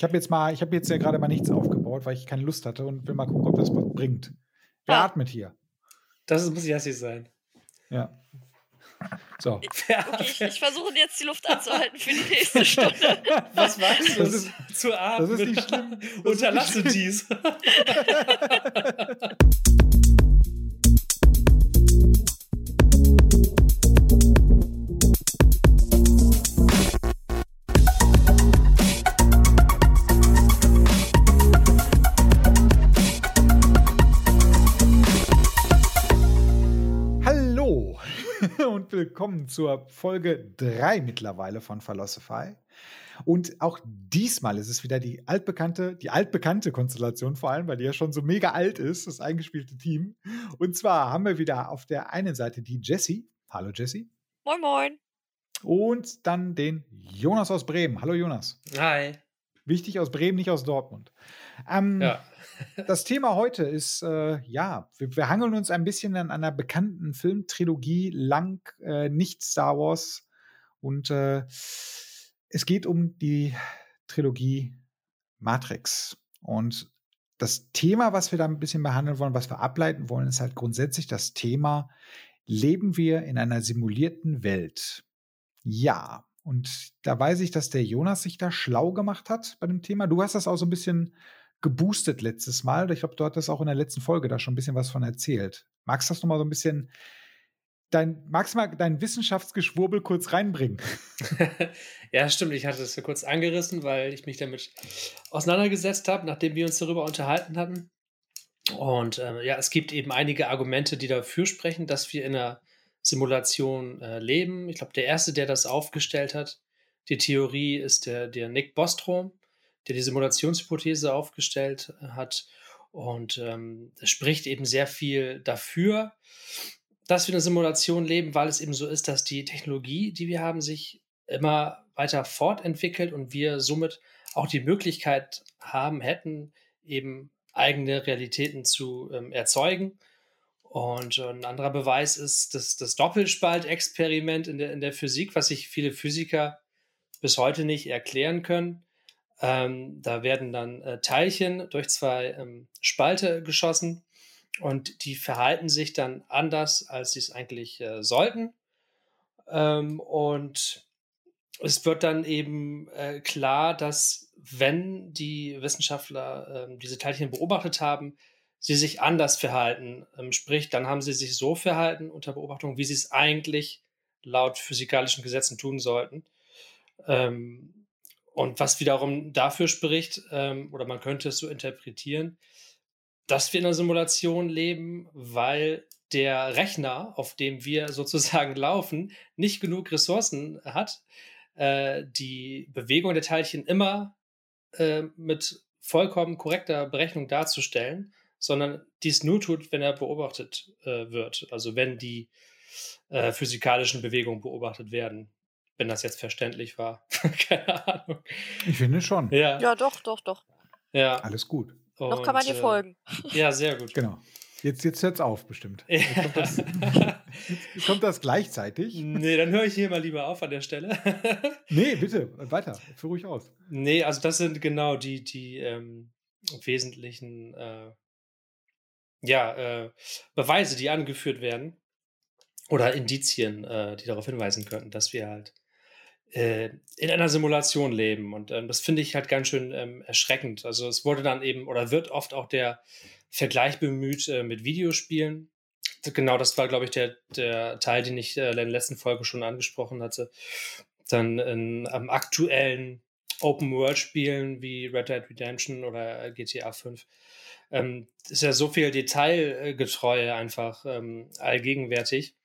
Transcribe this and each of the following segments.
Ich habe jetzt ja gerade mal nichts aufgebaut, weil ich keine Lust hatte und will mal gucken, ob das was bringt. Wer Ah. atmet hier? Muss Jassi sein. Ja. So. Okay, ich versuche jetzt die Luft anzuhalten für die nächste Stunde. Was magst Das du ist- zu atmen? Das ist nicht schlimm. Unterlasse dies. Hallo und willkommen zur Folge 3 mittlerweile von Philosophy. Und auch diesmal ist es wieder die altbekannte Konstellation, vor allem, weil die ja schon so mega alt ist, das eingespielte Team. Und zwar haben wir wieder auf der einen Seite die Jessie. Hallo Jessie. Moin, moin. Und dann den Jonas aus Bremen. Hallo Jonas. Hi. Wichtig aus Bremen, nicht aus Dortmund. Ja. Das Thema heute ist, wir hangeln uns ein bisschen an einer bekannten Filmtrilogie lang, nicht Star Wars. Und es geht um die Trilogie Matrix. Und das Thema, was wir da ein bisschen behandeln wollen, was wir ableiten wollen, ist halt grundsätzlich das Thema: Leben wir in einer simulierten Welt? Ja. Und da weiß ich, dass der Jonas sich da schlau gemacht hat bei dem Thema. Du hast das auch so ein bisschen geboostet letztes Mal. Ich glaube, du hattest auch in der letzten Folge da schon ein bisschen was von erzählt. Magst du das noch mal so ein bisschen magst du mal dein Wissenschaftsgeschwurbel kurz reinbringen? Ja, stimmt. Ich hatte das ja kurz angerissen, weil ich mich damit auseinandergesetzt habe, nachdem wir uns darüber unterhalten hatten. Und es gibt eben einige Argumente, die dafür sprechen, dass wir in einer Simulation leben. Ich glaube, der erste, der das aufgestellt hat, die Theorie, ist der Nick Bostrom, der die Simulationshypothese aufgestellt hat. Und es spricht eben sehr viel dafür, dass wir in einer Simulation leben, weil es eben so ist, dass die Technologie, die wir haben, sich immer weiter fortentwickelt und wir somit auch die Möglichkeit hätten, eben eigene Realitäten zu erzeugen. Und ein anderer Beweis ist das Doppelspaltexperiment in der Physik, was sich viele Physiker bis heute nicht erklären können. Da werden dann Teilchen durch zwei Spalte geschossen und die verhalten sich dann anders, als sie es eigentlich sollten. Und es wird dann eben klar, dass wenn die Wissenschaftler diese Teilchen beobachtet haben, sie sich anders verhalten. Sprich, dann haben sie sich so verhalten unter Beobachtung, wie sie es eigentlich laut physikalischen Gesetzen tun sollten. Und was wiederum dafür spricht, oder man könnte es so interpretieren, dass wir in einer Simulation leben, weil der Rechner, auf dem wir sozusagen laufen, nicht genug Ressourcen hat, die Bewegung der Teilchen immer mit vollkommen korrekter Berechnung darzustellen, sondern dies nur tut, wenn er beobachtet wird. Also wenn die physikalischen Bewegungen beobachtet werden. Wenn das jetzt verständlich war. Keine Ahnung. Ich finde schon. Ja. Ja, doch. Ja. Alles gut. Noch kann man dir folgen. Ja, sehr gut. Genau. Jetzt hört's auf, bestimmt. Ja. Jetzt kommt das gleichzeitig. Nee, dann höre ich hier mal lieber auf an der Stelle. Nee, bitte, weiter. Führ ruhig aus. Nee, also das sind genau die wesentlichen Beweise, die angeführt werden. Oder Indizien, die darauf hinweisen könnten, dass wir halt in einer Simulation leben. Und das finde ich halt ganz schön erschreckend. Also es wurde dann eben, oder wird oft auch der Vergleich bemüht mit Videospielen. Genau, das war, glaube ich, der Teil, den ich in der letzten Folge schon angesprochen hatte. Dann in aktuellen Open-World-Spielen wie Red Dead Redemption oder GTA 5 ist ja so viel Detailgetreue einfach allgegenwärtig.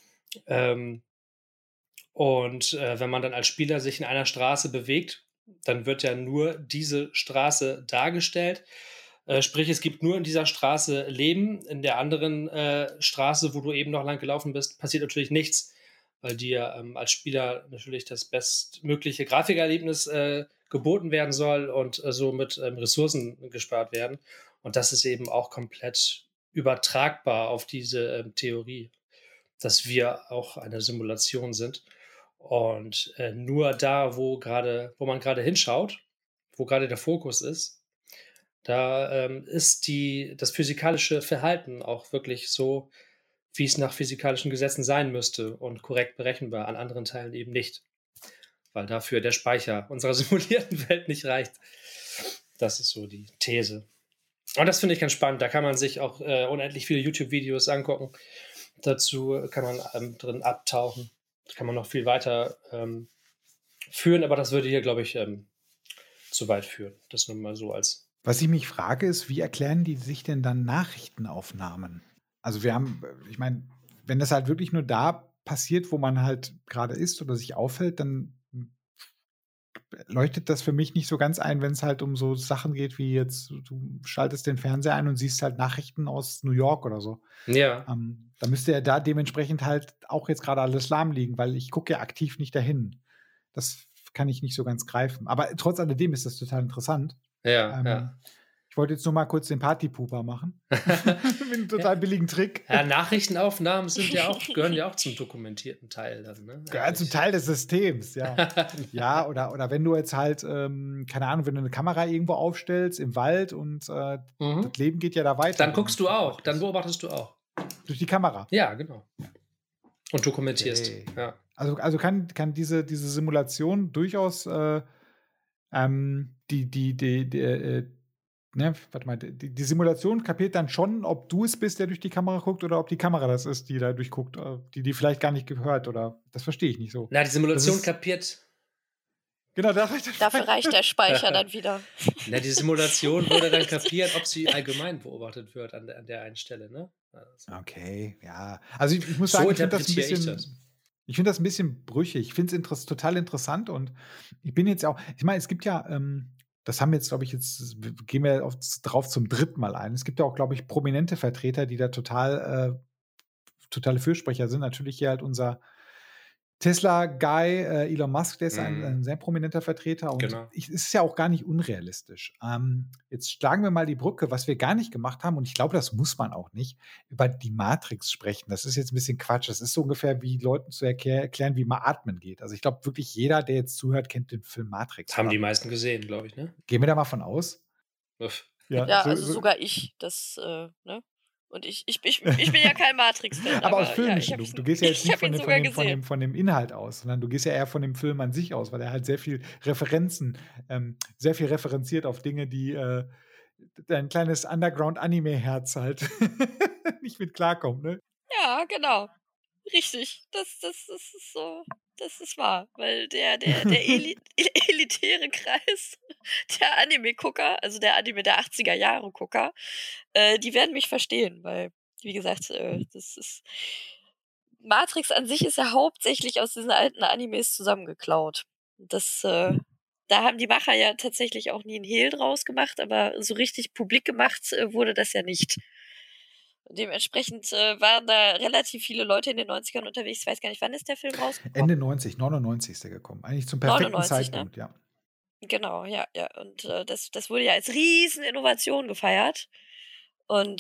Wenn man dann als Spieler sich in einer Straße bewegt, dann wird ja nur diese Straße dargestellt. Sprich, es gibt nur in dieser Straße Leben. In der anderen Straße, wo du eben noch lang gelaufen bist, passiert natürlich nichts, weil dir als Spieler natürlich das bestmögliche Grafikerlebnis geboten werden soll und somit Ressourcen gespart werden. Und das ist eben auch komplett übertragbar auf diese Theorie, dass wir auch eine Simulation sind. Und nur da, wo man gerade hinschaut, wo gerade der Fokus ist, da ist das physikalische Verhalten auch wirklich so, wie es nach physikalischen Gesetzen sein müsste und korrekt berechenbar, an anderen Teilen eben nicht, weil dafür der Speicher unserer simulierten Welt nicht reicht. Das ist so die These. Und das finde ich ganz spannend. Da kann man sich auch unendlich viele YouTube-Videos angucken. Dazu kann man drin abtauchen. Da kann man noch viel weiter führen, aber das würde hier, glaube ich, zu weit führen. Das nur mal so als. Was ich mich frage, ist, wie erklären die sich denn dann Nachrichtenaufnahmen? Also ich meine, wenn das halt wirklich nur da passiert, wo man halt gerade ist oder sich aufhält, dann leuchtet das für mich nicht so ganz ein, wenn es halt um so Sachen geht, wie jetzt, du schaltest den Fernseher ein und siehst halt Nachrichten aus New York oder so. Ja. Da müsste ja da dementsprechend halt auch jetzt gerade alles lahm liegen, weil ich gucke ja aktiv nicht dahin. Das kann ich nicht so ganz greifen. Aber trotz alledem ist das total interessant. Ja. Ich wollte jetzt nur mal kurz den Partypooper machen. Mit einem total billigen Trick. Ja, Nachrichtenaufnahmen gehören ja auch zum dokumentierten Teil dann, ne? Gehört zum Teil des Systems, ja. Ja, oder wenn du jetzt halt, keine Ahnung, wenn du eine Kamera irgendwo aufstellst im Wald und das Leben geht ja da weiter. Dann guckst du auch, dann beobachtest du auch. Durch die Kamera. Ja, genau. Und dokumentierst. Okay. Ja. Also kann diese Simulation durchaus die Simulation kapiert dann schon, ob du es bist, der durch die Kamera guckt, oder ob die Kamera das ist, die da durchguckt, die vielleicht gar nicht gehört, oder das verstehe ich nicht so. Na, die Simulation kapiert. Genau, dafür reicht der Speicher dann wieder. Na, die Simulation würde dann kapieren, ob sie allgemein beobachtet wird an der einen Stelle, ne? Also. Okay, ja. Also ich muss sagen, ich finde das ein bisschen brüchig. Ich finde es total interessant, und ich bin jetzt auch, ich meine, es gibt ja, das haben wir jetzt, glaube ich, gehen wir drauf zum dritten Mal ein. Es gibt ja auch, glaube ich, prominente Vertreter, die da totale Fürsprecher sind. Natürlich hier halt unser Tesla-Guy, Elon Musk, der ist ein sehr prominenter Vertreter, und Genau. es ist ja auch gar nicht unrealistisch. Jetzt schlagen wir mal die Brücke, was wir gar nicht gemacht haben, und ich glaube, das muss man auch nicht, über die Matrix sprechen. Das ist jetzt ein bisschen Quatsch. Das ist so ungefähr wie Leuten zu erklären, wie mal Atmen geht. Also ich glaube wirklich, jeder, der jetzt zuhört, kennt den Film Matrix. Haben die meisten gesehen, glaube ich, ne? Gehen wir da mal von aus? Uff. Ja, also sogar ich. Ne? Und ich bin ja kein Matrix-Fan. Aber aus filmischen, ja, du gehst ja jetzt nicht von von dem Inhalt aus, sondern du gehst ja eher von dem Film an sich aus, weil er halt sehr viel referenziert auf Dinge, die dein kleines Underground-Anime-Herz halt nicht mit klarkommt, ne? Ja, genau. Richtig. Das ist so. Das ist wahr, weil der elitäre Kreis der Anime-Gucker, also der 80er-Jahre-Gucker, die werden mich verstehen, weil, wie gesagt, das ist. Matrix an sich ist ja hauptsächlich aus diesen alten Animes zusammengeklaut. Da haben die Macher ja tatsächlich auch nie einen Hehl draus gemacht, aber so richtig publik gemacht wurde das ja nicht. Dementsprechend waren da relativ viele Leute in den 90ern unterwegs. Ich weiß gar nicht, wann ist der Film rausgekommen? Ende 99 ist der gekommen. Eigentlich zum perfekten 99, Zeitpunkt, ne? Ja. Genau, ja. Und das wurde ja als Rieseninnovation gefeiert. Und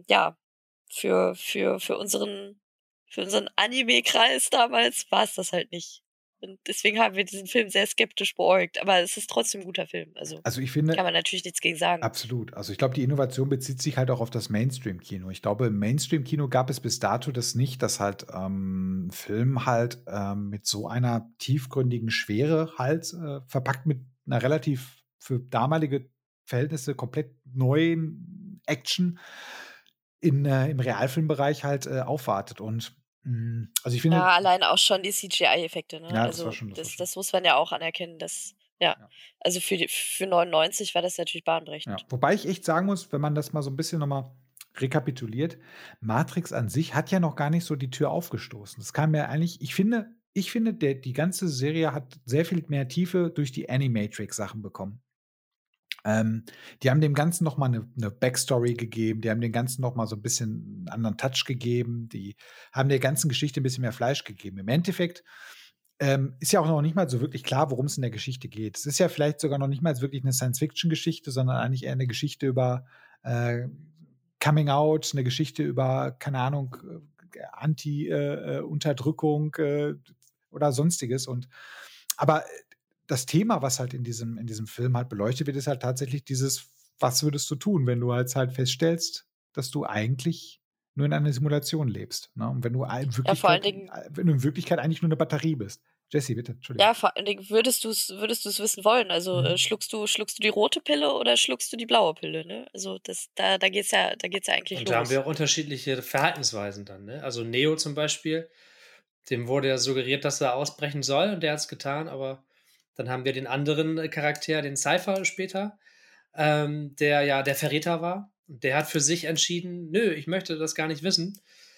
für unseren Anime-Kreis damals war es das halt nicht. Und deswegen haben wir diesen Film sehr skeptisch beäugt. Aber es ist trotzdem ein guter Film. Also ich finde, kann man natürlich nichts gegen sagen. Absolut. Also ich glaube, die Innovation bezieht sich halt auch auf das Mainstream-Kino. Ich glaube, im Mainstream-Kino gab es bis dato das nicht, dass halt Film halt mit so einer tiefgründigen Schwere halt verpackt mit einer relativ für damalige Verhältnisse komplett neuen Action im Realfilmbereich halt aufwartet. Und also ich finde, ja, allein auch schon die CGI-Effekte, ne? Ja, also das das muss man ja auch anerkennen, dass also für 99 war das natürlich bahnbrechend. Ja. Wobei ich echt sagen muss, wenn man das mal so ein bisschen nochmal rekapituliert, Matrix an sich hat ja noch gar nicht so die Tür aufgestoßen. Das kam ja eigentlich, ich finde, die ganze Serie hat sehr viel mehr Tiefe durch die Animatrix-Sachen bekommen. Die haben dem Ganzen noch mal eine Backstory gegeben, die haben dem Ganzen noch mal so ein bisschen einen anderen Touch gegeben, die haben der ganzen Geschichte ein bisschen mehr Fleisch gegeben. Im Endeffekt ist ja auch noch nicht mal so wirklich klar, worum es in der Geschichte geht. Es ist ja vielleicht sogar noch nicht mal wirklich eine Science-Fiction-Geschichte, sondern eigentlich eher eine Geschichte über Coming Out, eine Geschichte über, keine Ahnung, Anti-Unterdrückung oder Sonstiges. Aber das Thema, was halt in diesem Film halt beleuchtet wird, ist halt tatsächlich dieses, was würdest du tun, wenn du halt feststellst, dass du eigentlich nur in einer Simulation lebst, ne? Und wenn du Ja, vor allen Dingen, wenn du in Wirklichkeit eigentlich nur eine Batterie bist. Jesse, bitte, Entschuldigung. ja, vor allen Dingen würdest du's wissen wollen? Also, schluckst du die rote Pille oder schluckst du die blaue Pille, ne? Also, da geht's ja eigentlich Und da haben los. wir auch unterschiedliche Verhaltensweisen dann, ne? Also Neo zum Beispiel, dem wurde ja suggeriert, dass er ausbrechen soll und der hat es getan, aber dann haben wir den anderen Charakter, den Cypher später, der ja der Verräter war. Und der hat für sich entschieden, nö, ich möchte das gar nicht wissen.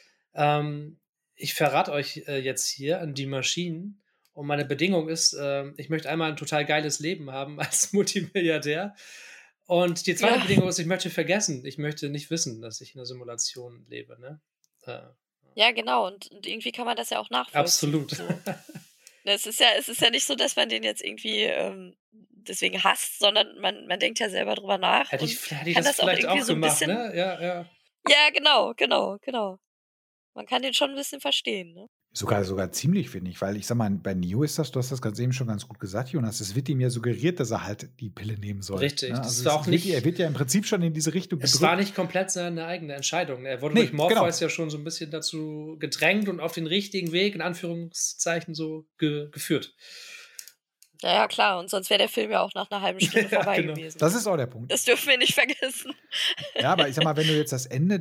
Ähm, ich verrate euch jetzt hier an die Maschinen und meine Bedingung ist, ich möchte einmal ein total geiles Leben haben als Multimilliardär. Und die zweite Ja. Bedingung ist, ich möchte vergessen. Ich möchte nicht wissen, dass ich in einer Simulation lebe, ne? Ja, genau. Und irgendwie kann man das ja auch nachvollziehen. Absolut. So. Es ist ja nicht so, dass man den jetzt irgendwie deswegen hasst, sondern man denkt ja selber drüber nach. Hätte und ich kann das das auch vielleicht irgendwie auch so ein gemacht, bisschen. ne? Ja. Ja, genau. Man kann den schon ein bisschen verstehen, ne? Sogar ziemlich, finde ich, weil ich sag mal, bei Neo ist das, du hast das ganz eben schon ganz gut gesagt, Jonas, es wird ihm ja suggeriert, dass er halt die Pille nehmen soll. Richtig, Ne? das Also war auch nicht. er wird ja im Prinzip schon in diese Richtung Es gedrückt. war nicht komplett seine eigene Entscheidung. Er wurde Nee, durch Morpheus genau. ja schon so ein bisschen dazu gedrängt und auf den richtigen Weg, in Anführungszeichen, so geführt. Ja, klar. Und sonst wäre der Film ja auch nach einer halben Stunde Ja, vorbei genau. gewesen. Das ist auch der Punkt. Das dürfen wir nicht vergessen. Ja, aber ich sag mal, wenn du jetzt das Ende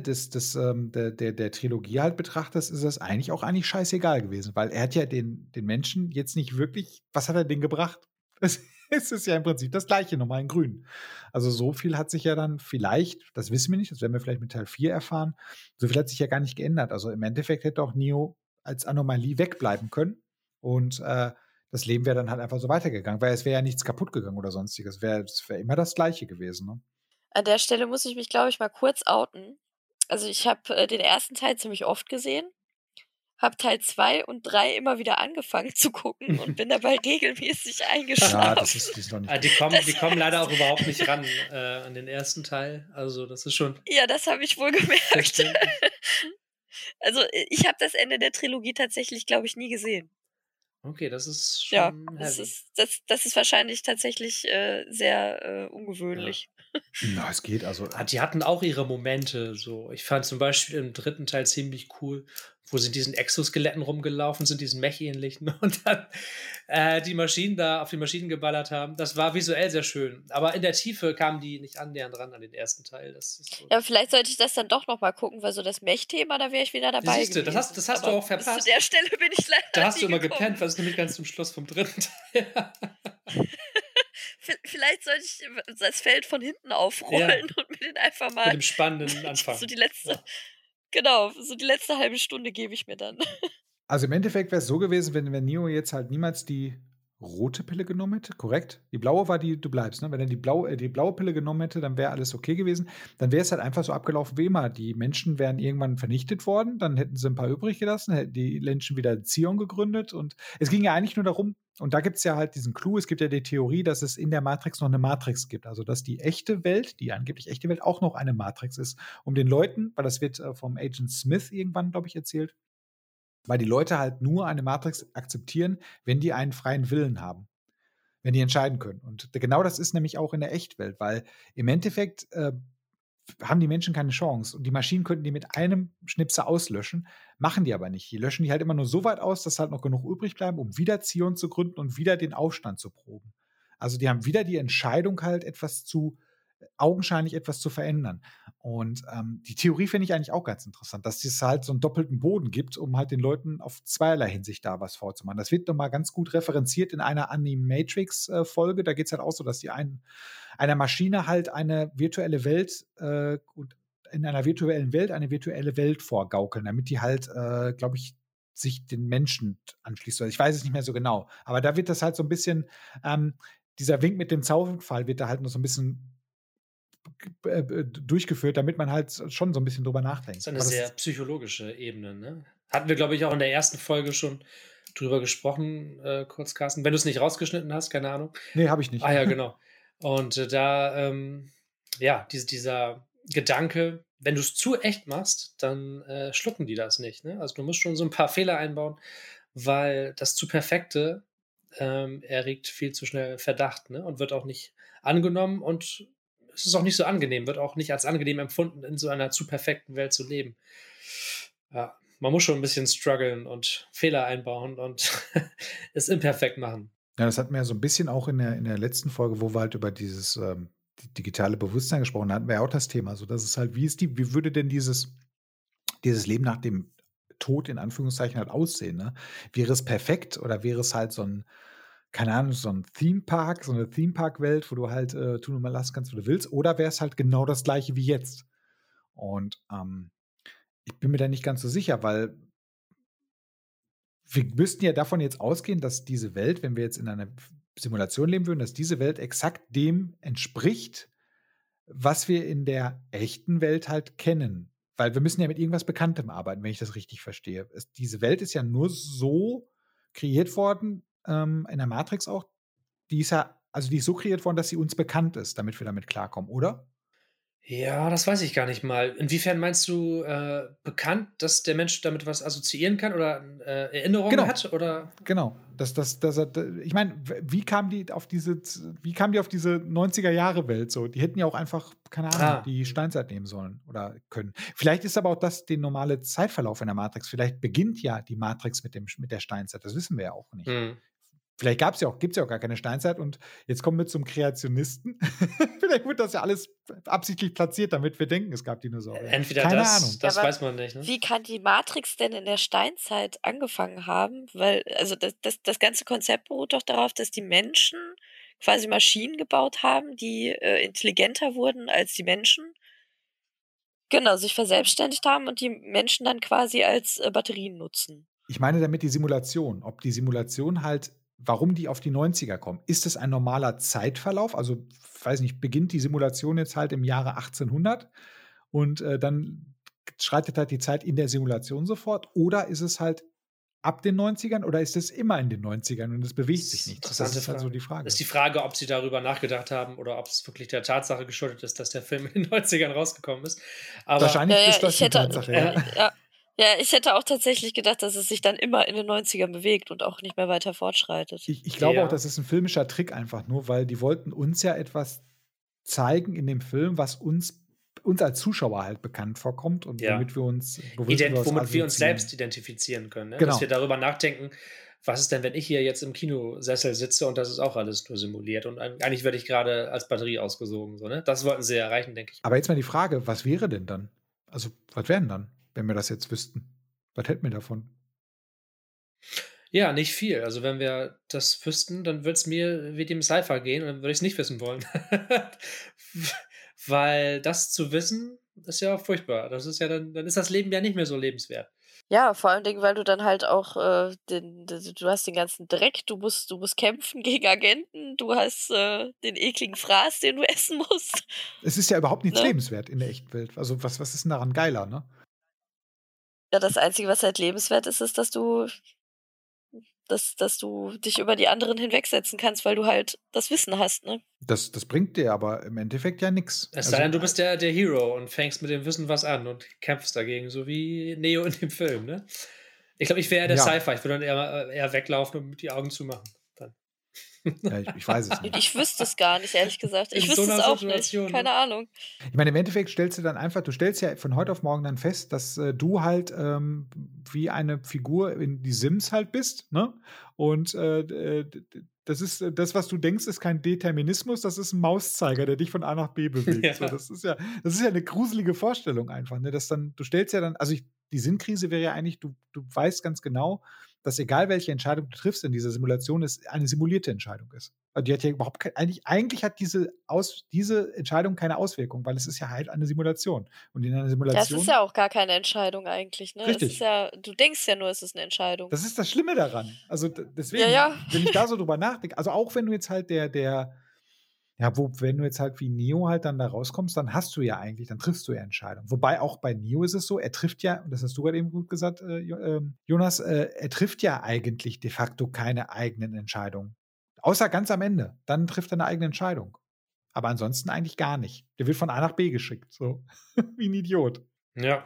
der Trilogie halt betrachtest, ist das eigentlich scheißegal gewesen, weil er hat ja den Menschen jetzt nicht wirklich, was hat er denen gebracht? Es ist ja im Prinzip das Gleiche, nochmal in grün. Also so viel hat sich ja dann vielleicht, das wissen wir nicht, das werden wir vielleicht mit Teil 4 erfahren, so viel hat sich ja gar nicht geändert. Also im Endeffekt hätte auch Neo als Anomalie wegbleiben können und das Leben wäre dann halt einfach so weitergegangen, weil es wäre ja nichts kaputt gegangen oder sonstiges. Es wäre immer das Gleiche gewesen, ne? An der Stelle muss ich mich, glaube ich, mal kurz outen. Also ich habe den ersten Teil ziemlich oft gesehen, habe Teil 2 und 3 immer wieder angefangen zu gucken und bin dabei regelmäßig eingeschlafen. Ja, das ist noch nicht. Die kommen leider auch überhaupt nicht ran an den ersten Teil. Also das ist schon. Ja, das habe ich wohl gemerkt. verständlich. Also ich habe das Ende der Trilogie tatsächlich, glaube ich, nie gesehen. Okay, das ist Ja, schon das heavy. ist wahrscheinlich tatsächlich sehr ungewöhnlich. Na, es geht, also. Die hatten auch ihre Momente. So, ich fand zum Beispiel im dritten Teil ziemlich cool, wo sie in diesen Exoskeletten rumgelaufen sind, diesen Mech-ähnlichen, und dann die Maschinen da auf die Maschinen geballert haben. Das war visuell sehr schön. Aber in der Tiefe kamen die nicht annähernd ran an den ersten Teil. Das ist so. Ja, vielleicht sollte ich das dann doch noch mal gucken, weil so das Mech-Thema, da wäre ich wieder dabei Siehst du, gewesen. das hast du Aber auch verpasst. Bis zu der Stelle bin ich leider Da hast du nie immer gekommen. gepennt, was ist nämlich ganz zum Schluss vom dritten Teil. Vielleicht sollte ich das Feld von hinten aufrollen und mir den einfach Mit mal dem spannenden Anfang. so die letzte, Ja. genau, so die letzte halbe Stunde gebe ich mir dann. Also im Endeffekt wäre es so gewesen, wenn Neo jetzt halt niemals die rote Pille genommen hätte, korrekt? Die blaue war die, du bleibst, ne? Wenn er die blaue Pille genommen hätte, dann wäre alles okay gewesen. Dann wäre es halt einfach so abgelaufen wie immer. Die Menschen wären irgendwann vernichtet worden, dann hätten sie ein paar übrig gelassen, hätten die Menschen wieder Zion gegründet und es ging ja eigentlich nur darum, und da gibt es ja halt diesen Clou, es gibt ja die Theorie, dass es in der Matrix noch eine Matrix gibt, also dass die echte Welt, die angeblich echte Welt, auch noch eine Matrix ist, um den Leuten, weil das wird vom Agent Smith irgendwann, glaube ich, erzählt, weil die Leute halt nur eine Matrix akzeptieren, wenn die einen freien Willen haben, wenn die entscheiden können. Und genau das ist nämlich auch in der Echtwelt, weil im Endeffekt haben die Menschen keine Chance und die Maschinen könnten die mit einem Schnipsel auslöschen, machen die aber nicht. Die löschen die halt immer nur so weit aus, dass halt noch genug übrig bleiben, um wieder Zion zu gründen und wieder den Aufstand zu proben. Also die haben wieder die Entscheidung halt augenscheinlich etwas zu verändern. Und die Theorie finde ich eigentlich auch ganz interessant, dass es halt so einen doppelten Boden gibt, um halt den Leuten auf zweierlei Hinsicht da was vorzumachen. Das wird nochmal ganz gut referenziert in einer Animatrix-Folge. Da geht es halt auch so, dass die einer Maschine halt eine virtuelle Welt und in einer virtuellen Welt eine virtuelle Welt vorgaukeln, damit die halt, glaube ich, sich den Menschen anschließt. Ich weiß es nicht mehr so genau. Aber da wird das halt so ein bisschen, dieser Wink mit dem Zaunpfahl wird da halt noch so ein bisschen durchgeführt, damit man halt schon so ein bisschen drüber nachdenkt. Das ist eine Aber sehr psychologische Ebene, ne? Hatten wir, glaube ich, auch in der ersten Folge schon drüber gesprochen, kurz, Carsten. Wenn du es nicht rausgeschnitten hast, keine Ahnung. Nee, habe ich nicht. Ah ja, genau. Und ja, dieser Gedanke, wenn du es zu echt machst, dann schlucken die das nicht, ne? Also du musst schon so ein paar Fehler einbauen, weil das zu Perfekte erregt viel zu schnell Verdacht, ne? Und wird auch nicht angenommen und es ist auch nicht so angenehm, wird auch nicht als angenehm empfunden, in so einer zu perfekten Welt zu leben. Ja, man muss schon ein bisschen strugglen und Fehler einbauen und es imperfekt machen. Ja, das hatten wir ja so ein bisschen auch in der letzten Folge, wo wir halt über dieses, digitale Bewusstsein gesprochen haben, da hatten wir ja auch das Thema, so dass es halt wie würde denn dieses Leben nach dem Tod in Anführungszeichen halt aussehen, ne? Wäre es perfekt oder wäre es halt so ein, keine Ahnung, so ein Theme-Park, so eine Theme-Park-Welt, wo du halt, tun und mal lassen kannst, wo du willst, oder wäre es halt genau das Gleiche wie jetzt? Und, ich bin mir da nicht ganz so sicher, weil wir müssten ja davon jetzt ausgehen, dass diese Welt, wenn wir jetzt in einer Simulation leben würden, dass diese Welt exakt dem entspricht, was wir in der echten Welt halt kennen. Weil wir müssen ja mit irgendwas Bekanntem arbeiten, wenn ich das richtig verstehe. Diese Welt ist ja nur so kreiert worden, in der Matrix auch. Die ist so kreiert worden, dass sie uns bekannt ist, damit wir damit klarkommen, oder? Ja, das weiß ich gar nicht mal. Inwiefern meinst du, bekannt, dass der Mensch damit was assoziieren kann oder, Erinnerungen Genau. hat oder Genau. Ich meine, wie kamen die auf diese 90er-Jahre-Welt so? Die hätten ja auch einfach, keine Ahnung, ah, die Steinzeit nehmen sollen oder können. Vielleicht ist aber auch das der normale Zeitverlauf in der Matrix. Vielleicht beginnt ja die Matrix mit der Steinzeit. Das wissen wir ja auch nicht. mhm. Vielleicht gibt's ja auch gar keine Steinzeit und jetzt kommen wir zum Kreationisten. Vielleicht wird das ja alles absichtlich platziert, damit wir denken, es gab Dinosaurier. Entweder Keine das Ahnung. das aber weiß man nicht, ne? wie kann die Matrix denn in der Steinzeit angefangen haben? Weil, also das ganze Konzept beruht doch darauf, dass die Menschen quasi Maschinen gebaut haben, die intelligenter wurden als die Menschen. Genau, sich verselbstständigt haben und die Menschen dann quasi als Batterien nutzen. Ich meine damit die Simulation. Ob die Simulation halt, warum die auf die 90er kommen. Ist es ein normaler Zeitverlauf? Also, weiß nicht, beginnt die Simulation jetzt halt im Jahre 1800 und, dann schreitet halt die Zeit in der Simulation sofort? Oder ist es halt ab den 90ern oder ist es immer in den 90ern und es bewegt sich Ist 'ne nichts? Das interessante ist halt so Frage. die Frage. Ist die Frage, ob sie darüber nachgedacht haben oder ob es wirklich der Tatsache geschuldet ist, dass der Film in den 90ern rausgekommen ist. Aber Wahrscheinlich Ja, ist das ich die hätte, Tatsache, ja. ja, ja, ich hätte auch tatsächlich gedacht, dass es sich dann immer in den 90ern bewegt und auch nicht mehr weiter fortschreitet. Ich glaube auch, ja. das ist ein filmischer Trick einfach nur, weil die wollten uns ja etwas zeigen in dem Film, was uns als Zuschauer halt bekannt vorkommt und Ja. womit wir was Womit wir uns assoziieren. selbst identifizieren können, ne? Dass wir Genau. darüber nachdenken: „Was ist denn, wenn ich hier jetzt im Kinosessel sitze und das ist auch alles nur simuliert und eigentlich werde ich grade als Batterie ausgesogen“, so, ne? Das wollten sie erreichen, denke ich Aber mal. jetzt mal die Frage, was wäre denn dann? Also, was wären dann, wenn wir das jetzt wüssten? Was hätten wir davon? Ja, nicht viel. Also, wenn wir das wüssten, dann würde es mir wie dem Sci-Fi gehen und dann würde ich's nicht wissen wollen. Weil das zu wissen, ist ja furchtbar. Das ist ja dann ist das Leben ja nicht mehr so lebenswert. Ja, vor allen Dingen, weil du dann halt auch du hast den ganzen Dreck, du musst kämpfen gegen Agenten, du hast den ekligen Fraß, den du essen musst. Es ist ja überhaupt nichts Ne? lebenswert in der echten Welt. Also, was ist denn daran geiler, ne? Ja, das Einzige, was halt lebenswert ist, ist, dass du dich über die anderen hinwegsetzen kannst, weil du halt das Wissen hast, ne? Das bringt dir aber im Endeffekt ja nix. Es sei Also, denn, du bist der Hero und fängst mit dem Wissen was an und kämpfst dagegen, so wie Neo in dem Film, ne? Ich glaube, ich wäre eher der ja. Sci-Fi. Ich würde dann eher weglaufen und die Augen zumachen dann. Ja, ich weiß es nicht. Ich wüsste es gar nicht, ehrlich gesagt. Ich In so wüsste es 'ner auch nicht. Situation, Keine ne? Ahnung. Ich meine, im Endeffekt du stellst ja von heute auf morgen dann fest, dass, du halt, wie eine Figur in die Sims halt bist, ne? Und, das ist das, was du denkst, ist kein Determinismus, das ist ein Mauszeiger, der dich von A nach B bewegt. So, Ja. das ist ja eine gruselige Vorstellung einfach, ne, dass dann du stellst ja dann also, die Sinnkrise wäre ja eigentlich, du weißt ganz genau, dass egal welche Entscheidung du triffst in dieser Simulation, es eine simulierte Entscheidung ist. Also, die hat ja überhaupt eigentlich hat diese Entscheidung keine Auswirkung, weil es ist ja halt eine Simulation. Und in einer Ja, es ist Simulation ja auch gar keine Entscheidung eigentlich, ne? Es ist richtig. ja, du denkst ja nur, es ist eine Entscheidung. Das ist das Schlimme daran. Also, Ja, ja. deswegen, wenn ich da so drüber nachdenke also, auch wenn du jetzt halt wenn du jetzt halt wie Neo halt dann da rauskommst, dann triffst du ja Entscheidungen. Wobei auch bei Neo ist es so, er trifft ja, und das hast du gerade eben gut gesagt, Jonas, er trifft ja eigentlich de facto keine eigenen Entscheidungen. Außer ganz am Ende. Dann trifft er eine eigene Entscheidung. Aber ansonsten eigentlich gar nicht. Der wird von A nach B geschickt, so wie ein Idiot. Ja.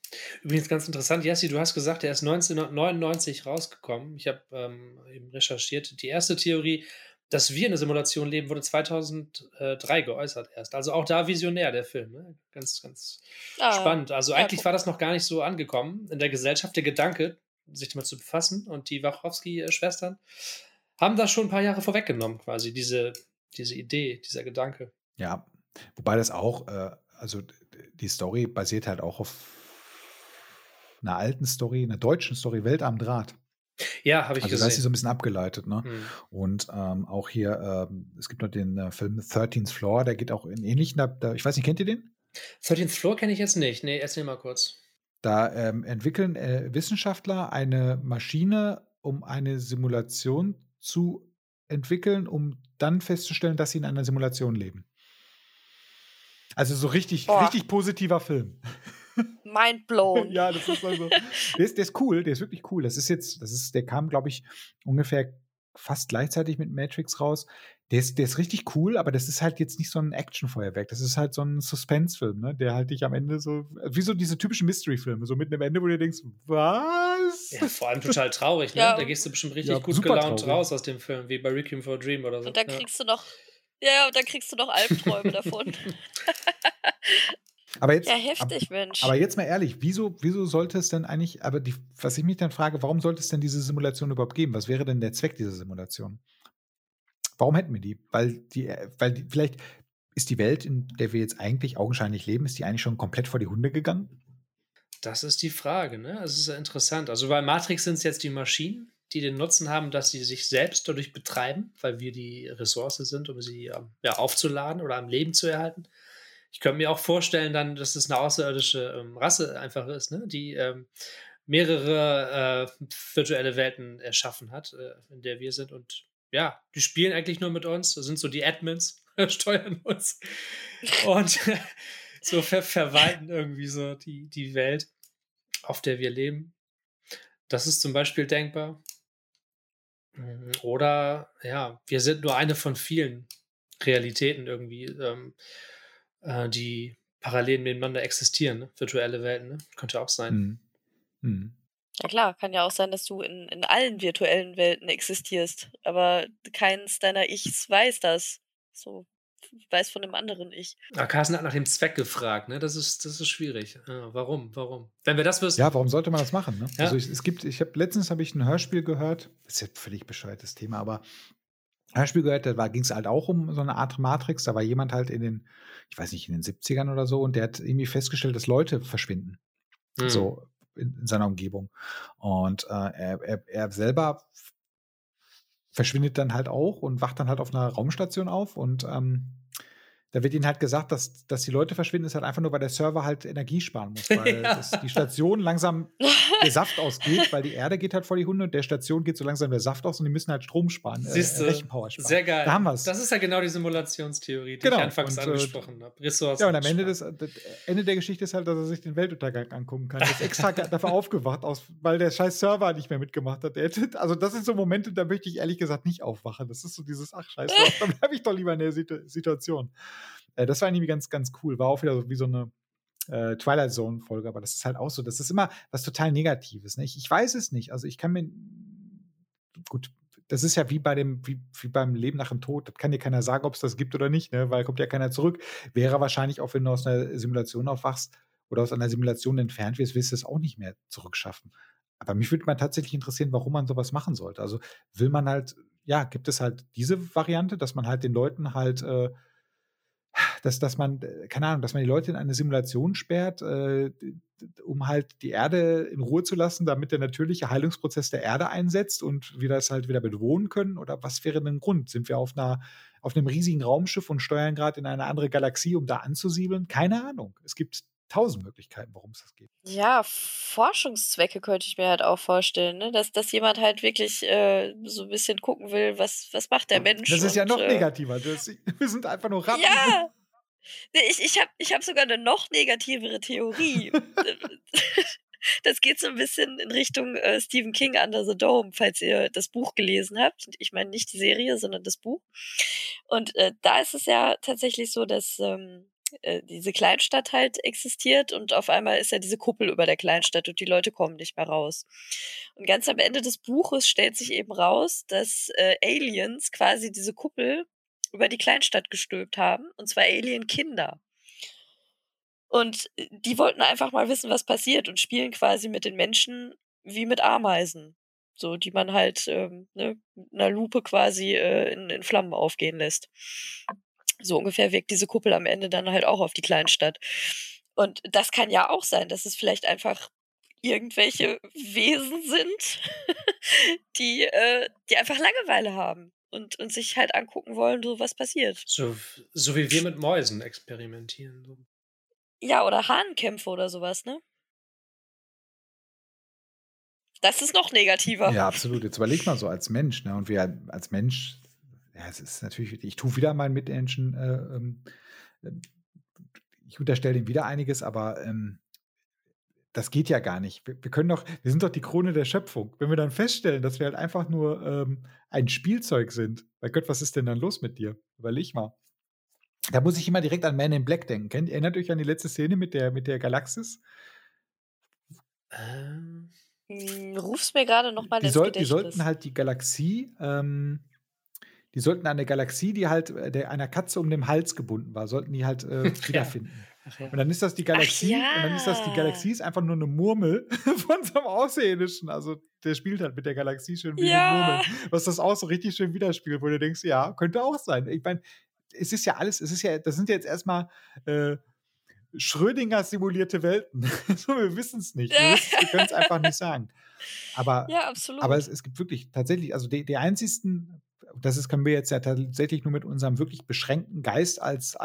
Übrigens ganz interessant, Jessi, du hast gesagt, er ist 1999 rausgekommen. Ich habe eben recherchiert. Die erste Theorie, dass wir in der Simulation leben, wurde 2003 geäußert erst. Also auch da visionär, der Film. Ne? Ganz, ganz Ah, spannend. Also ja, eigentlich war das noch gar nicht so angekommen in der Gesellschaft, der Gedanke, sich damit zu befassen. Und die Wachowski-Schwestern haben das schon ein paar Jahre vorweggenommen, quasi, diese Idee, dieser Gedanke. Ja, wobei das auch, also die Story basiert halt auch auf einer alten Story, einer deutschen Story, Welt am Draht. Ja, habe ich Also da ist sie gesehen. so ein bisschen abgeleitet, ne? Hm. Und auch hier, es gibt noch den Film 13th Floor, der geht auch in ähnlichen, ich weiß nicht, kennt ihr den? 13th Floor kenne ich jetzt nicht. Nee, erzähl mal kurz. Da entwickeln Wissenschaftler eine Maschine, um eine Simulation zu entwickeln, um dann festzustellen, dass sie in einer Simulation leben. Also so richtig, boah, richtig positiver Film. mind blown. Ja, das ist also, der ist cool, der ist wirklich cool. Der kam, glaube ich, ungefähr fast gleichzeitig mit Matrix raus. Der ist richtig cool, aber das ist halt jetzt nicht so ein Actionfeuerwerk. Das ist halt so ein Suspense-Film, ne? Der halt dich am Ende so, wie so diese typischen Mystery-Filme, so mitten am Ende, wo du denkst, was? Ja, vor allem total traurig, ne? Ja, Da gehst du bestimmt richtig Ja, gut super gelaunt traurig. raus aus dem Film, wie bei Requiem for a Dream oder so. und dann Ja. kriegst du noch, ja, und dann kriegst du noch Albträume davon. Aber jetzt, Ja, heftig, Mensch. aber jetzt mal ehrlich, wieso sollte es denn eigentlich, was ich mich dann frage, warum sollte es denn diese Simulation überhaupt geben? Was wäre denn der Zweck dieser Simulation? Warum hätten wir die? Weil vielleicht ist die Welt, in der wir jetzt eigentlich augenscheinlich leben, ist die eigentlich schon komplett vor die Hunde gegangen? Das ist die Frage, ne? Es ist ja interessant. Also bei Matrix sind es jetzt die Maschinen, die den Nutzen haben, dass sie sich selbst dadurch betreiben, weil wir die Ressource sind, um sie ja, aufzuladen oder am Leben zu erhalten. Ich könnte mir auch vorstellen dann, dass es eine außerirdische Rasse einfach ist, ne? Die mehrere virtuelle Welten erschaffen hat, in der wir sind. Und ja, die spielen eigentlich nur mit uns. Das sind so die Admins, steuern uns und so verwalten irgendwie so die Welt, auf der wir leben. Das ist zum Beispiel denkbar. Oder ja, wir sind nur eine von vielen Realitäten irgendwie, die parallel nebeneinander existieren, ne? Virtuelle Welten, ne? Könnte auch sein. Mhm. Mhm. Ja klar, kann ja auch sein, dass du in allen virtuellen Welten existierst, aber keins deiner Ichs weiß das. So, weiß von dem anderen Ich. Carsten hat nach dem Zweck gefragt, ne? Das ist schwierig. Warum? Wenn wir das wüssten. Ja, warum sollte man das machen? Ne? Ja. Also letztens habe ich ein Hörspiel gehört, das ist ja völlig bescheuertes Thema, aber ein Hörspiel gehört, ging es halt auch um so eine Art Matrix, da war jemand halt ich weiß nicht, in den 70ern oder so, und der hat irgendwie festgestellt, dass Leute verschwinden. So in seiner Umgebung. Und er selber verschwindet dann halt auch und wacht dann halt auf einer Raumstation auf und da wird ihnen halt gesagt, dass die Leute verschwinden, ist halt einfach nur, weil der Server halt Energie sparen muss, weil Ja. die Station langsam der Saft ausgeht, weil die Erde geht halt vor die Hunde und der Station geht so langsam der Saft aus und die müssen halt Strom sparen, Siehst du, Rechenpower sparen. sehr geil. Da haben wir es. Das ist ja genau die Simulationstheorie, die Genau. ich anfangs Und, angesprochen habe. Ressourcen. Ja, und am Ende das Ende der Geschichte ist halt, dass er sich den Weltuntergang angucken kann. Er ist extra dafür aufgewacht, weil der scheiß Server nicht mehr mitgemacht hat. Also das sind so Momente, da möchte ich ehrlich gesagt nicht aufwachen. Das ist so dieses, ach scheiße, dann bleibe ich doch lieber in der Situation. Das war irgendwie ganz, ganz cool. War auch wieder so wie so eine Twilight Zone-Folge, aber das ist halt auch so, das ist immer was total Negatives. Ne? Ich weiß es nicht. Also ich kann mir gut, das ist ja wie beim Leben nach dem Tod. Das kann dir keiner sagen, ob es das gibt oder nicht, ne? Weil kommt ja keiner zurück. Wäre wahrscheinlich auch, wenn du aus einer Simulation aufwachst oder aus einer Simulation entfernt wirst, wirst du es auch nicht mehr zurückschaffen. Aber mich würde mal tatsächlich interessieren, warum man sowas machen sollte. Also will man halt, ja, gibt es halt diese Variante, dass man halt den Leuten halt dass man, keine Ahnung, dass man die Leute in eine Simulation sperrt, um halt die Erde in Ruhe zu lassen, damit der natürliche Heilungsprozess der Erde einsetzt und wir das halt wieder bewohnen können? Oder was wäre denn ein Grund? Sind wir auf einem riesigen Raumschiff und steuern gerade in eine andere Galaxie, um da anzusiedeln? Keine Ahnung. Es gibt 1000 Möglichkeiten, warum es das geht. Ja, Forschungszwecke könnte ich mir halt auch vorstellen, ne? Dass jemand halt wirklich so ein bisschen gucken will, was macht der Mensch. Das ist ja und, noch negativer. Wir sind einfach nur Ratten. Ja, nee, ich hab sogar eine noch negativere Theorie. Das geht so ein bisschen in Richtung Stephen King Under the Dome, falls ihr das Buch gelesen habt. Ich meine nicht die Serie, sondern das Buch. Und da ist es ja tatsächlich so, dass diese Kleinstadt halt existiert und auf einmal ist ja diese Kuppel über der Kleinstadt und die Leute kommen nicht mehr raus. Und ganz am Ende des Buches stellt sich eben raus, dass Aliens quasi diese Kuppel über die Kleinstadt gestülpt haben, und zwar Alien-Kinder. Und die wollten einfach mal wissen, was passiert und spielen quasi mit den Menschen wie mit Ameisen. So, die man halt mit einer Lupe quasi in Flammen aufgehen lässt. So ungefähr wirkt diese Kuppel am Ende dann halt auch auf die Kleinstadt. Und das kann ja auch sein, dass es vielleicht einfach irgendwelche Wesen sind, die einfach Langeweile haben und sich halt angucken wollen, so was passiert. So wie wir mit Mäusen experimentieren. So. Ja, oder Hahnenkämpfe oder sowas, ne? Das ist noch negativer. Ja, absolut. Jetzt überleg mal so als Mensch, ne? Und wir als Mensch, ja, es ist natürlich, ich tue wieder meinen Mitmenschen, ich unterstelle ihm wieder einiges, aber das geht ja gar nicht. Wir sind doch die Krone der Schöpfung. Wenn wir dann feststellen, dass wir halt einfach nur ein Spielzeug sind, bei Gott, was ist denn dann los mit dir? Überleg mal. Da muss ich immer direkt an Man in Black denken. Erinnert euch an die letzte Szene mit der Galaxis? Ruf's mir gerade nochmal ins Gedächtnis. Die sollten halt die Galaxie, die sollten eine Galaxie, die halt einer Katze um den Hals gebunden war, sollten die halt wiederfinden. Ach ja. Und dann ist das die Galaxie, Ach ja. und dann ist das die Galaxie, ist einfach nur eine Murmel von so einem Außerirdischen. Also der spielt halt mit der Galaxie schön wie eine Murmel. Was das auch so richtig schön widerspiegelt, wo du denkst, ja, könnte auch sein. Ich meine, es ist ja alles, das sind ja jetzt erstmal Schrödinger simulierte Welten. So, wir wissen es nicht. Wir können es einfach nicht sagen. Aber, Ja, absolut. aber es gibt wirklich tatsächlich, also die einzigsten, können wir jetzt ja tatsächlich nur mit unserem wirklich beschränkten Geist als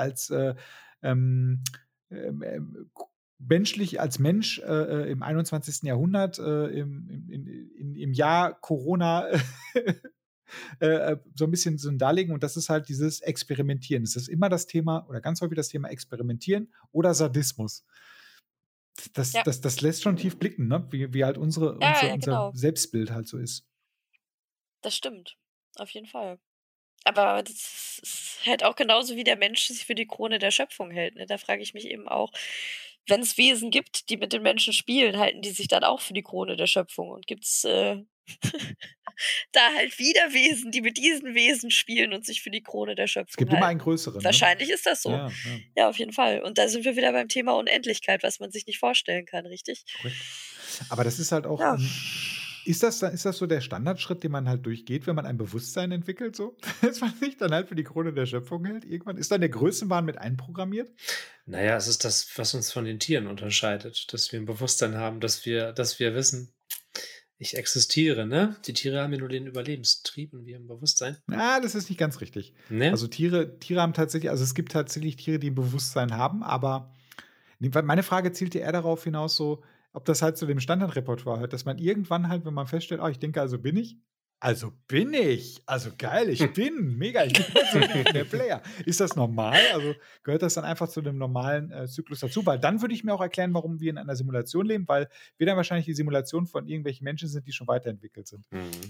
menschlich, als Mensch im 21. Jahrhundert, im Jahr Corona so ein bisschen so darlegen, und das ist halt dieses Experimentieren. Es ist immer das Thema oder ganz häufig das Thema Experimentieren oder Sadismus. Das lässt schon tief blicken, ne? Wie halt unser genau. Selbstbild halt so ist. Das stimmt, auf jeden Fall. Aber das ist halt auch genauso, wie der Mensch sich für die Krone der Schöpfung hält. Ne? Da frage ich mich eben auch, wenn es Wesen gibt, die mit den Menschen spielen, halten die sich dann auch für die Krone der Schöpfung? Und gibt es da halt wieder Wesen, die mit diesen Wesen spielen und sich für die Krone der Schöpfung Es gibt immer einen größeren. Wahrscheinlich ist das so. Ja. Ja, auf jeden Fall. Und da sind wir wieder beim Thema Unendlichkeit, was man sich nicht vorstellen kann, richtig? Korrekt. Aber das ist halt auch. Ja. Ist das so der Standardschritt, den man halt durchgeht, wenn man ein Bewusstsein entwickelt, so? Dass man sich dann halt für die Krone der Schöpfung hält? Irgendwann ist dann der Größenwahn mit einprogrammiert? Naja, es ist das, was uns von den Tieren unterscheidet, dass wir ein Bewusstsein haben, dass wir wissen, ich existiere, ne? Die Tiere haben ja nur den Überlebenstrieb und wir haben Bewusstsein. Na, das ist nicht ganz richtig. Ne? Also Tiere haben tatsächlich, also es gibt tatsächlich Tiere, die ein Bewusstsein haben, aber meine Frage zielte eher darauf hinaus, so, ob das halt zu dem Standardrepertoire hört, dass man irgendwann halt, wenn man feststellt, ich denke, also bin ich, also geil, ich bin mega, ich bin so der Player. Ist das normal? Also gehört das dann einfach zu dem normalen Zyklus dazu? Weil dann würde ich mir auch erklären, warum wir in einer Simulation leben, weil wir dann wahrscheinlich die Simulation von irgendwelchen Menschen sind, die schon weiterentwickelt sind.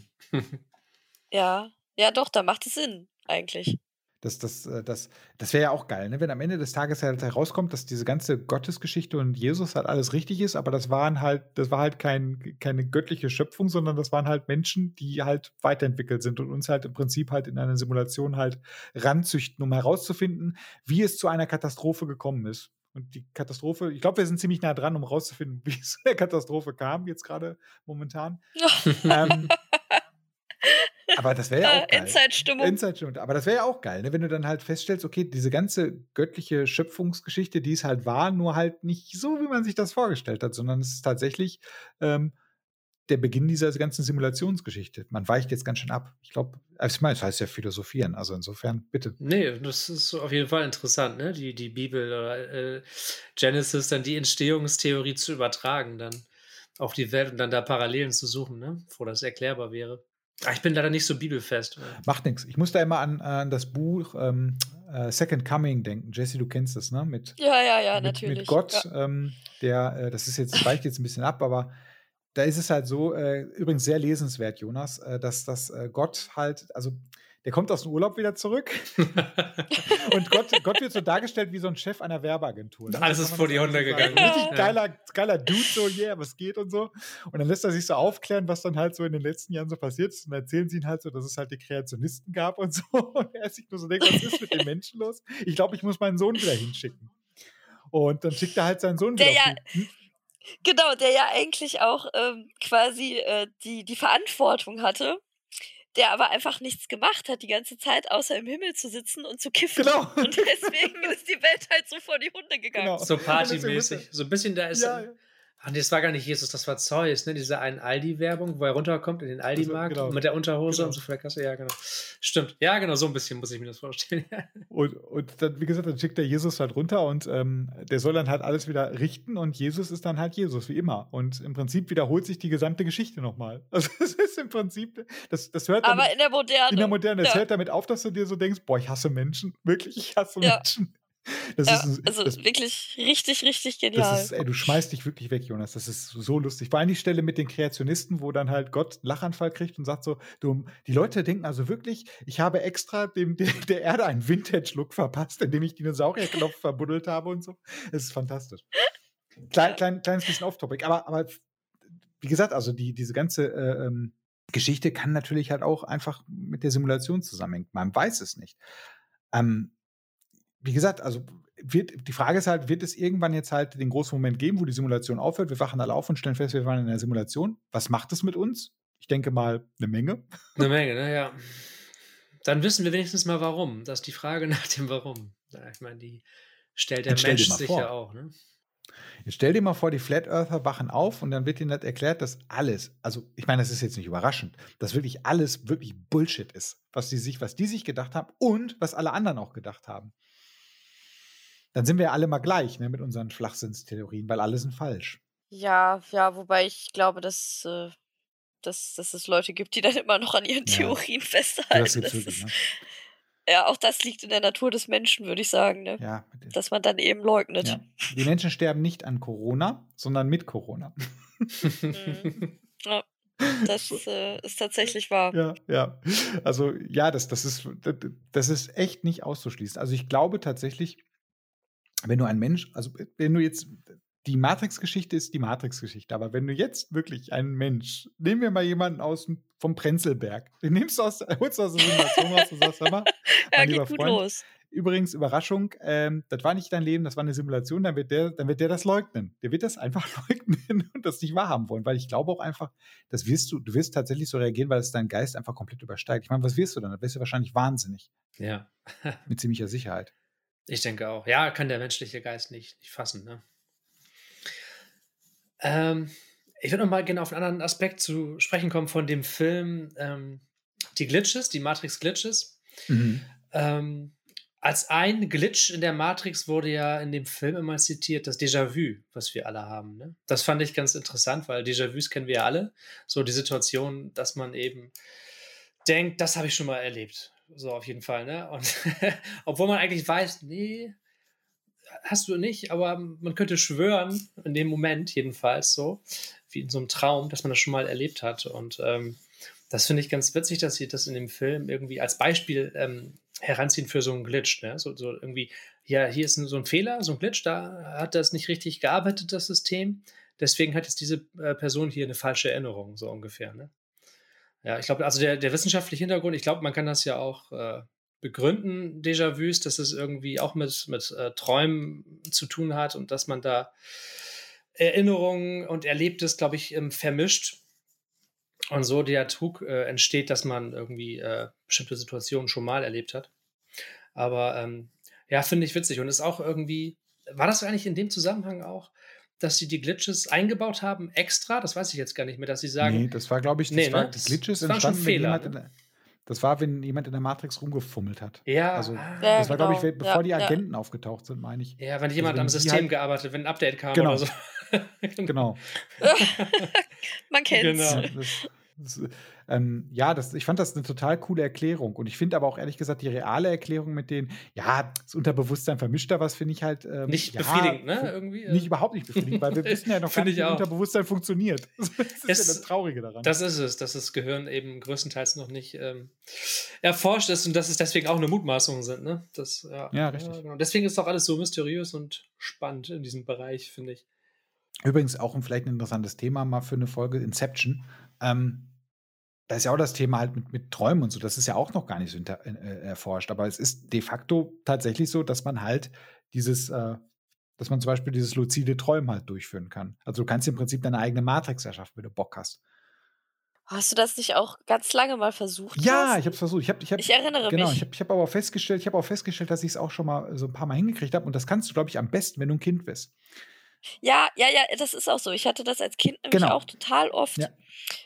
Ja, doch, da macht es Sinn, eigentlich. Das wäre ja auch geil, ne? Wenn am Ende des Tages halt herauskommt, dass diese ganze Gottesgeschichte und Jesus halt alles richtig ist, aber das war halt keine göttliche Schöpfung, sondern das waren halt Menschen, die halt weiterentwickelt sind und uns halt im Prinzip halt in einer Simulation halt ranzüchten, um herauszufinden, wie es zu einer Katastrophe gekommen ist. Und die Katastrophe, ich glaube, wir sind ziemlich nah dran, um herauszufinden, wie es zu der Katastrophe kam, jetzt gerade momentan. Aber das wäre ja auch geil. Endzeitstimmung. Aber das wäre ja auch geil, ne? Wenn du dann halt feststellst, okay, diese ganze göttliche Schöpfungsgeschichte, die es halt war, nur halt nicht so, wie man sich das vorgestellt hat, sondern es ist tatsächlich der Beginn dieser ganzen Simulationsgeschichte. Man weicht jetzt ganz schön ab. Ich glaube, ich meine, das heißt ja philosophieren, also insofern, bitte. Nee, das ist auf jeden Fall interessant, ne? Die Bibel oder Genesis, dann die Entstehungstheorie zu übertragen, dann auf die Welt und dann da Parallelen zu suchen, ne? Wo das erklärbar wäre. Ich bin leider nicht so bibelfest. Macht nichts. Ich muss da immer an das Buch Second Coming denken. Jesse, du kennst das, ne? Natürlich. Mit Gott, das ist jetzt, weicht jetzt ein bisschen ab, aber da ist es halt so, übrigens sehr lesenswert, Jonas, dass Gott halt, also der kommt aus dem Urlaub wieder zurück und Gott wird so dargestellt wie so ein Chef einer Werbeagentur. Ne? Alles ist vor die Hunde gegangen. Richtig geiler Dude, so, yeah, was geht und so. Und dann lässt er sich so aufklären, was dann halt so in den letzten Jahren so passiert ist. Und dann erzählen sie ihn halt so, dass es halt die Kreationisten gab und so. Und er sich nur so denkt, was ist mit den Menschen los? Ich glaube, ich muss meinen Sohn wieder hinschicken. Und dann schickt er halt seinen Sohn wieder. Genau, der ja eigentlich auch quasi die Verantwortung hatte, der aber einfach nichts gemacht hat die ganze Zeit, außer im Himmel zu sitzen und zu kiffen. Genau. Und deswegen ist die Welt halt so vor die Hunde gegangen. Genau. So partymäßig. So ein bisschen da ist. Ja. Ach nee, das war gar nicht Jesus, das war Zeus, ne? Diese einen Aldi-Werbung, wo er runterkommt in den Aldi-Markt genau. mit der Unterhose Genau. und so vor der Kasse. Ja, genau. Stimmt. Ja, genau, so ein bisschen muss ich mir das vorstellen. Und dann, wie gesagt, dann schickt der Jesus halt runter und der soll dann halt alles wieder richten und Jesus ist dann halt Jesus, wie immer. Und im Prinzip wiederholt sich die gesamte Geschichte nochmal. Also es ist im Prinzip, das hört damit, Aber in der Moderne. in der Moderne, Ja. es hört damit auf, dass du dir so denkst, boah, ich hasse Menschen. Wirklich, ich hasse Menschen. Das Ja, ist, also das, wirklich richtig, richtig genial. das ist, du schmeißt dich wirklich weg, Jonas. Das ist so lustig. Vor allem die Stelle mit den Kreationisten, wo dann halt Gott einen Lachanfall kriegt und sagt so, die Leute denken also wirklich, ich habe extra der Erde einen Vintage-Look verpasst, indem ich Dinosaurierknopf verbuddelt habe und so. Das ist fantastisch. Kleines bisschen off-topic. Aber wie gesagt, also diese ganze Geschichte kann natürlich halt auch einfach mit der Simulation zusammenhängen. Man weiß es nicht. Wie gesagt, also die Frage ist halt, wird es irgendwann jetzt halt den großen Moment geben, wo die Simulation aufhört? Wir wachen alle auf und stellen fest, wir waren in einer Simulation. Was macht es mit uns? Ich denke mal, eine Menge. Eine Menge, ne, ja. Dann wissen wir wenigstens mal warum. Das ist die Frage nach dem Warum. Ja, ich meine, die stellt der Mensch sich ja auch, ne? Jetzt stell dir mal vor, die Flat Earther wachen auf und dann wird ihnen das erklärt, dass alles, also ich meine, das ist jetzt nicht überraschend, dass wirklich alles wirklich Bullshit ist, was die sich gedacht haben und was alle anderen auch gedacht haben. Dann sind wir ja alle mal gleich, ne, mit unseren Schwachsinnstheorien, weil alle sind falsch. Ja, wobei ich glaube, dass es Leute gibt, die dann immer noch an ihren Theorien festhalten. Das gibt's wirklich, ne? Ja, auch das liegt in der Natur des Menschen, würde ich sagen, ne? Ja, Dass man dann eben leugnet. ja. Die Menschen sterben nicht an Corona, sondern mit Corona. Ja, das ist tatsächlich wahr. Ja. Also, ja, das ist echt nicht auszuschließen. Also, ich glaube tatsächlich, wenn du ein Mensch, also wenn du jetzt, die Matrix-Geschichte ist die Matrix-Geschichte, aber wenn du jetzt wirklich einen Mensch, nehmen wir mal jemanden vom Prenzlberg, den holst du aus der Simulation raus und sagst, hör mal, Ja, mein geht lieber gut Freund, los. übrigens, Überraschung, das war nicht dein Leben, das war eine Simulation, dann wird der das leugnen. Der wird das einfach leugnen und das nicht wahrhaben wollen, weil ich glaube auch einfach, du wirst tatsächlich so reagieren, weil es deinen Geist einfach komplett übersteigt. Ich meine, was wirst du dann? Dann wirst du wahrscheinlich wahnsinnig. Ja. Mit ziemlicher Sicherheit. Ich denke auch. Ja, kann der menschliche Geist nicht fassen, ne? Ich würde noch mal gerne auf einen anderen Aspekt zu sprechen kommen von dem Film die Glitches, die Matrix-Glitches. Als ein Glitch in der Matrix wurde ja in dem Film immer zitiert, das Déjà-vu, was wir alle haben. Ne? Das fand ich ganz interessant, weil Déjà-vus kennen wir ja alle. So die Situation, dass man eben denkt, das habe ich schon mal erlebt. So auf jeden Fall. Ne? Und obwohl man eigentlich weiß, nee, hast du nicht, aber man könnte schwören, in dem Moment jedenfalls so, wie in so einem Traum, dass man das schon mal erlebt hat. Und das finde ich ganz witzig, dass sie das in dem Film irgendwie als Beispiel heranziehen für so einen Glitch. Ne? So irgendwie, ja, hier ist so ein Fehler, so ein Glitch, da hat das nicht richtig gearbeitet, das System. Deswegen hat jetzt diese Person hier eine falsche Erinnerung, so ungefähr. Ne? Ja, ich glaube, also der wissenschaftliche Hintergrund, ich glaube, man kann das ja auch begründen, Déjà-vus, dass es irgendwie auch mit Träumen zu tun hat und dass man da Erinnerungen und Erlebtes, glaube ich, vermischt und so der Trug entsteht, dass man irgendwie bestimmte Situationen schon mal erlebt hat. Aber ja, finde ich witzig und ist auch irgendwie, war das eigentlich in dem Zusammenhang auch, dass sie die Glitches eingebaut haben extra? Das weiß ich jetzt gar nicht mehr, dass sie sagen. Nee, das war, glaube ich, die Glitches entstanden, wenn jemand in der Matrix rumgefummelt hat. Ja, also das war, glaube ich, bevor die Agenten aufgetaucht sind, meine ich. Ja, wenn jemand am System gearbeitet, wenn ein Update kam genau. oder so. Genau. Man kennt's. Genau. Das, ich fand das eine total coole Erklärung. Und ich finde aber auch ehrlich gesagt die reale Erklärung mit den, ja, das Unterbewusstsein vermischt da was, finde ich halt, Nicht ja, befriedigend, ne? Irgendwie. nicht überhaupt nicht befriedigend, weil wir wissen ja noch gar Finde nicht, ich wie auch. Unterbewusstsein funktioniert. Das ist ja Es- das Traurige daran. Das ist es, dass das Gehirn eben größtenteils noch nicht erforscht ist und dass es deswegen auch nur Mutmaßungen sind, ne? Ja, richtig. Genau. Deswegen ist doch alles so mysteriös und spannend in diesem Bereich, finde ich. Übrigens auch vielleicht ein interessantes Thema mal für eine Folge Inception. Da ist ja auch das Thema halt mit Träumen und so. Das ist ja auch noch gar nicht so erforscht. Aber es ist de facto tatsächlich so, dass man halt dass man zum Beispiel dieses luzide Träumen halt durchführen kann. Also du kannst im Prinzip deine eigene Matrix erschaffen, wenn du Bock hast. Hast du das nicht auch ganz lange mal versucht? Ja, Klaas? ich habe es versucht. Ich erinnere genau, mich. ich habe aber festgestellt, dass ich es auch schon mal so ein paar Mal hingekriegt habe. Und das kannst du, glaube ich, am besten, wenn du ein Kind bist. Ja, das ist auch so. Ich hatte das als Kind nämlich Genau. auch total oft. Ja.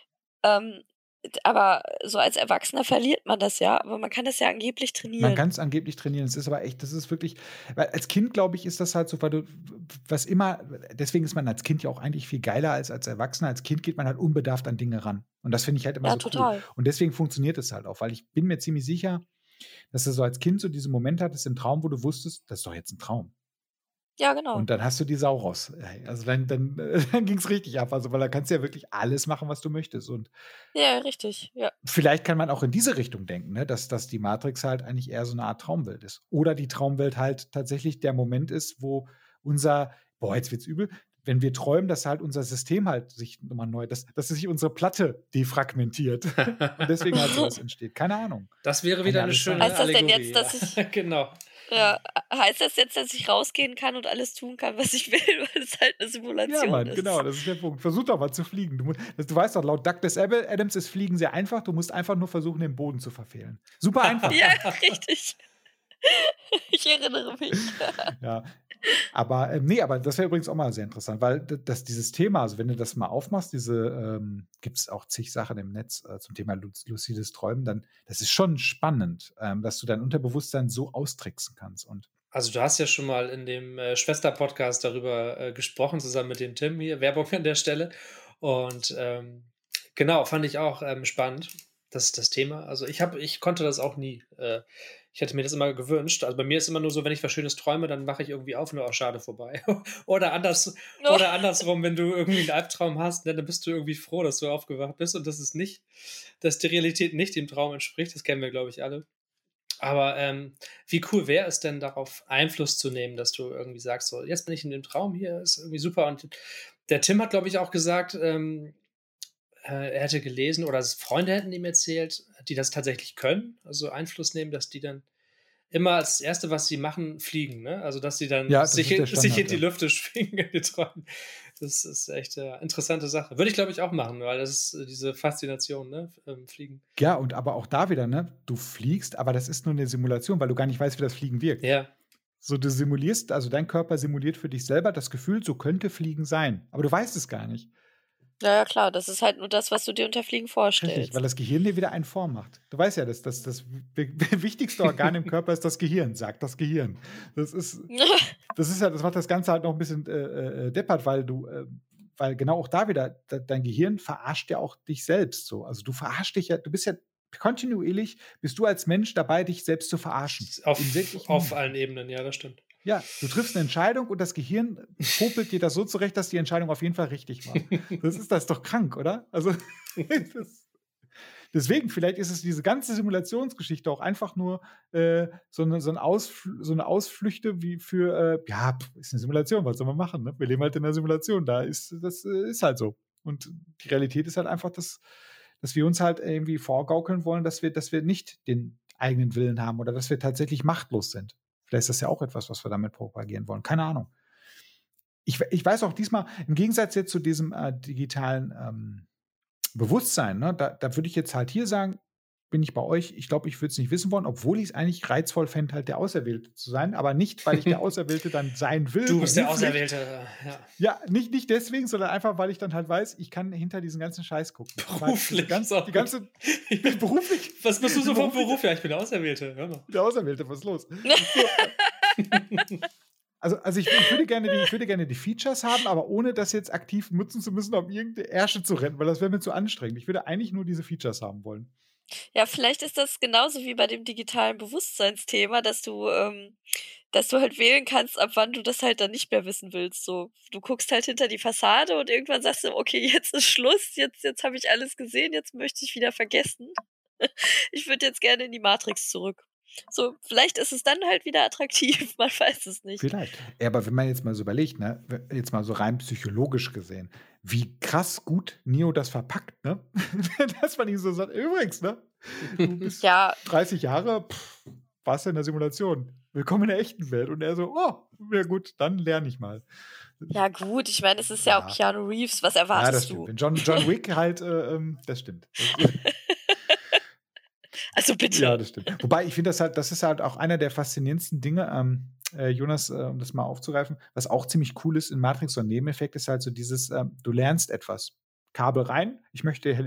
Aber so als Erwachsener verliert man das ja. Aber man kann das ja angeblich trainieren. Man kann es angeblich trainieren. Es ist aber echt, das ist wirklich, weil als Kind, glaube ich, ist das halt so, weil deswegen ist man als Kind ja auch eigentlich viel geiler als Erwachsener. Als Kind geht man halt unbedarft an Dinge ran. Und das finde ich halt immer Ja, so total. cool. Und deswegen funktioniert es halt auch, weil ich bin mir ziemlich sicher, dass du so als Kind so diesen Moment hattest im Traum, wo du wusstest, das ist doch jetzt ein Traum. Ja, genau. Und dann hast du die Sau raus. Also dann ging es richtig ab. Also, weil da kannst du ja wirklich alles machen, was du möchtest. Und Ja, richtig. Ja. vielleicht kann man auch in diese Richtung denken, ne? dass die Matrix halt eigentlich eher so eine Art Traumwelt ist. Oder die Traumwelt halt tatsächlich der Moment ist, wo jetzt wird's übel, wenn wir träumen, dass halt unser System halt sich nochmal neu, dass sich unsere Platte defragmentiert. Und deswegen halt sowas entsteht. Keine Ahnung. Das wäre Kann wieder ja eine alles schöne sein. Heißt das denn Allegorie. jetzt, dass ich- Genau. Ja, heißt das jetzt, dass ich rausgehen kann und alles tun kann, was ich will, weil es halt eine Simulation Ja, Mann, ist? genau, das ist der Punkt. Versuch doch mal zu fliegen. Du weißt doch, laut Douglas Adams ist Fliegen sehr einfach. Du musst einfach nur versuchen, den Boden zu verfehlen. Super einfach. Ja, richtig. Ich erinnere mich. Ja. Aber aber das wäre übrigens auch mal sehr interessant, weil dieses Thema, also wenn du das mal aufmachst, gibt es auch zig Sachen im Netz zum Thema lucides Träumen, dann das ist schon spannend, dass du dein Unterbewusstsein so austricksen kannst. Und Also du hast ja schon mal in dem Schwester-Podcast darüber gesprochen, zusammen mit dem Tim hier, Werbung an der Stelle. Und genau, fand ich auch spannend, das Thema. Also ich konnte das auch nie. Ich hätte mir das immer gewünscht. Also bei mir ist immer nur so, wenn ich was Schönes träume, dann mache ich irgendwie auf, nur auch schade vorbei. Oder andersrum, wenn du irgendwie einen Albtraum hast, ne, dann bist du irgendwie froh, dass du aufgewacht bist und dass die Realität nicht dem Traum entspricht. Das kennen wir, glaube ich, alle. Aber wie cool wäre es denn, darauf Einfluss zu nehmen, dass du irgendwie sagst, so, jetzt bin ich in dem Traum hier, ist irgendwie super. Und der Tim hat, glaube ich, auch gesagt, er hätte gelesen oder Freunde hätten ihm erzählt, die das tatsächlich können, also Einfluss nehmen, dass die dann immer als Erste, was sie machen, fliegen. Ne? Also, dass sie dann Ja, das sich ist der in Standard, die ja. Lüfte schwingen in den Träumen. Das ist echt eine interessante Sache. Würde ich, glaube ich, auch machen, weil das ist diese Faszination, ne? Fliegen. ja, und aber auch da wieder, ne? Du fliegst, aber das ist nur eine Simulation, weil du gar nicht weißt, wie das Fliegen wirkt. Ja. So, du simulierst, also dein Körper simuliert für dich selber das Gefühl, so könnte Fliegen sein. Aber du weißt es gar nicht. Ja, klar, das ist halt nur das, was du dir unter Fliegen Richtig, vorstellst. weil das Gehirn dir wieder eine Form macht. Du weißt ja, das wichtigste Organ im Körper ist das Gehirn, sagt das Gehirn. Das macht das Ganze halt noch ein bisschen deppert, weil weil genau auch da wieder, dein Gehirn verarscht ja auch dich selbst so. Also du verarschst dich ja, du bist ja kontinuierlich, bist du als Mensch dabei, dich selbst zu verarschen. Auf allen Ebenen, ja, das stimmt. Ja, du triffst eine Entscheidung und das Gehirn popelt dir das so zurecht, dass die Entscheidung auf jeden Fall richtig war. Das ist doch krank, oder? Also deswegen, vielleicht ist es diese ganze Simulationsgeschichte auch einfach nur so eine Ausflüchte wie für, ist eine Simulation, was soll man machen? Ne? Wir leben halt in einer Simulation, das ist halt so. Und die Realität ist halt einfach, dass wir uns halt irgendwie vorgaukeln wollen, dass wir nicht den eigenen Willen haben oder dass wir tatsächlich machtlos sind. Vielleicht ist das ja auch etwas, was wir damit propagieren wollen. Keine Ahnung. Ich weiß auch diesmal, im Gegensatz jetzt zu diesem digitalen Bewusstsein, ne, da würde ich jetzt halt hier sagen, bin ich bei euch, ich glaube, ich würde es nicht wissen wollen, obwohl ich es eigentlich reizvoll fände, halt der Auserwählte zu sein, aber nicht, weil ich der Auserwählte dann sein will. Du bist der beruflich. Auserwählte, ja. Ja, nicht deswegen, sondern einfach, weil ich dann halt weiß, ich kann hinter diesen ganzen Scheiß gucken. Beruflich. Die ganze beruflich. Was bist du so vom Beruf? Ja, ich bin der Auserwählte. Hör mal. Der Auserwählte, was ist los? So, Also ich würde gerne die Features haben, aber ohne das jetzt aktiv nutzen zu müssen, um irgendeine Ärsche zu retten, weil das wäre mir zu anstrengend. Ich würde eigentlich nur diese Features haben wollen. Ja, vielleicht ist das genauso wie bei dem digitalen Bewusstseinsthema, dass du halt wählen kannst, ab wann du das halt dann nicht mehr wissen willst. So, du guckst halt hinter die Fassade und irgendwann sagst du, okay, jetzt ist Schluss, jetzt habe ich alles gesehen, jetzt möchte ich wieder vergessen. Ich würde jetzt gerne in die Matrix zurück. So, vielleicht ist es dann halt wieder attraktiv, man weiß es nicht. Vielleicht. Ja, aber wenn man jetzt mal so überlegt, ne, jetzt mal so rein psychologisch gesehen, wie krass gut Neo das verpackt, ne? Dass man ihm so sagt, übrigens, ne? Du bist Ja, 30 Jahre, warst ja in der Simulation. Willkommen in der echten Welt. Und er so, oh, ja gut, dann lerne ich mal. ja gut, ich meine, es ist ja auch Ja. Keanu Reeves, was Ja, das erwartest stimmt. du? Wenn John Wick halt, das stimmt. Also bitte. Ja, das stimmt. Wobei, ich finde das ist halt auch einer der faszinierendsten Dinge, Jonas, um das mal aufzugreifen, was auch ziemlich cool ist in Matrix, so ein Nebeneffekt ist halt so dieses, du lernst etwas. Kabel rein, ich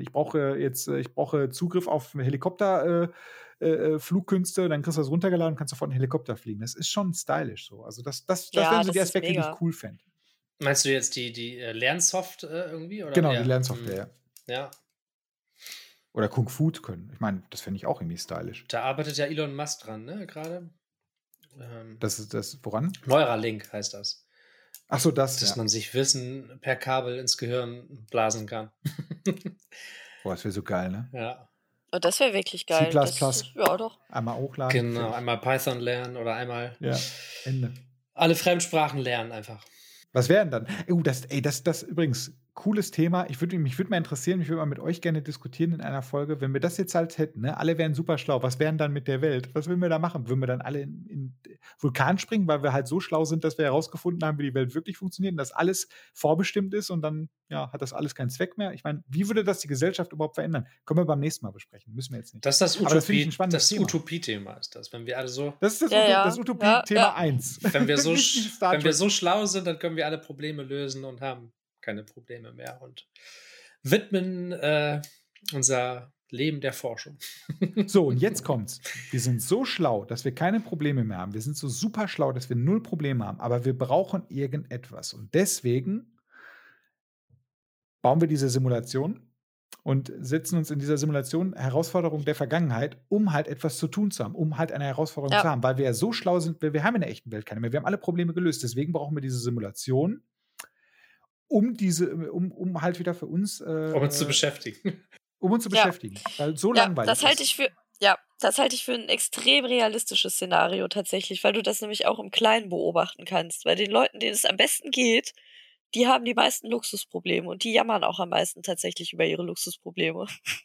brauche Zugriff auf Helikopter, Flugkünste, dann kriegst du das runtergeladen und kannst sofort einen Helikopter fliegen. Das ist schon stylisch so. Also das Ja, wären so das die ist Aspekte, die mega. ich cool fände. Meinst du jetzt die Lernsoft irgendwie? Oder? Genau, Ja. die Lernsoftware. Ja, Oder Kung Fu können. Ich meine, das fände ich auch irgendwie stylisch. da arbeitet ja Elon Musk dran, ne, gerade. Das ist das, woran? Neuralink heißt das. Ach so, das, Dass ja. man sich Wissen per Kabel ins Gehirn blasen kann. Boah, das wäre so geil, ne? Ja, Und das wäre wirklich geil. C++. Ja, doch. Einmal hochladen. genau. fertig. Einmal Python lernen oder einmal Ja, Ende. alle Fremdsprachen lernen einfach. Was wären dann? Das übrigens, cooles Thema. Mich würde mal interessieren, ich würde mal mit euch gerne diskutieren in einer Folge, wenn wir das jetzt halt hätten, ne? Alle wären super schlau. Was wären dann mit der Welt? Was würden wir da machen? Würden wir dann alle in Vulkan springen, weil wir halt so schlau sind, dass wir herausgefunden haben, wie die Welt wirklich funktioniert und dass alles vorbestimmt ist und dann hat das alles keinen Zweck mehr? Ich meine, wie würde das die Gesellschaft überhaupt verändern? Können wir beim nächsten Mal besprechen. Müssen wir jetzt nicht. Das ist Aber das finde ich ein spannendes Thema. Utopie-Thema ist das. Wenn wir alle so, Das ist Ja, das ja. Utopie-Thema Ja. 1. wenn wir so, Nicht Star wenn wir Trek. so schlau sind, dann können wir alle Probleme lösen und haben keine Probleme mehr und widmen unser Leben der Forschung. So, und jetzt kommt's. Wir sind so schlau, dass wir keine Probleme mehr haben. Wir sind so super schlau, dass wir null Probleme haben. Aber wir brauchen irgendetwas. Und deswegen bauen wir diese Simulation und setzen uns in dieser Simulation Herausforderungen der Vergangenheit, um halt etwas zu tun zu haben, um halt eine Herausforderung Ja. zu haben. Weil wir ja so schlau sind, wir haben in der echten Welt keine mehr. Wir haben alle Probleme gelöst. Deswegen brauchen wir diese Simulation, um halt wieder für uns Um uns zu beschäftigen. um uns zu Ja. beschäftigen. Weil so Ja, langweilig das halte ist. das halte ich für ein extrem realistisches Szenario tatsächlich, weil du das nämlich auch im Kleinen beobachten kannst. Weil den Leuten, denen es am besten geht, die haben die meisten Luxusprobleme und die jammern auch am meisten tatsächlich über ihre Luxusprobleme.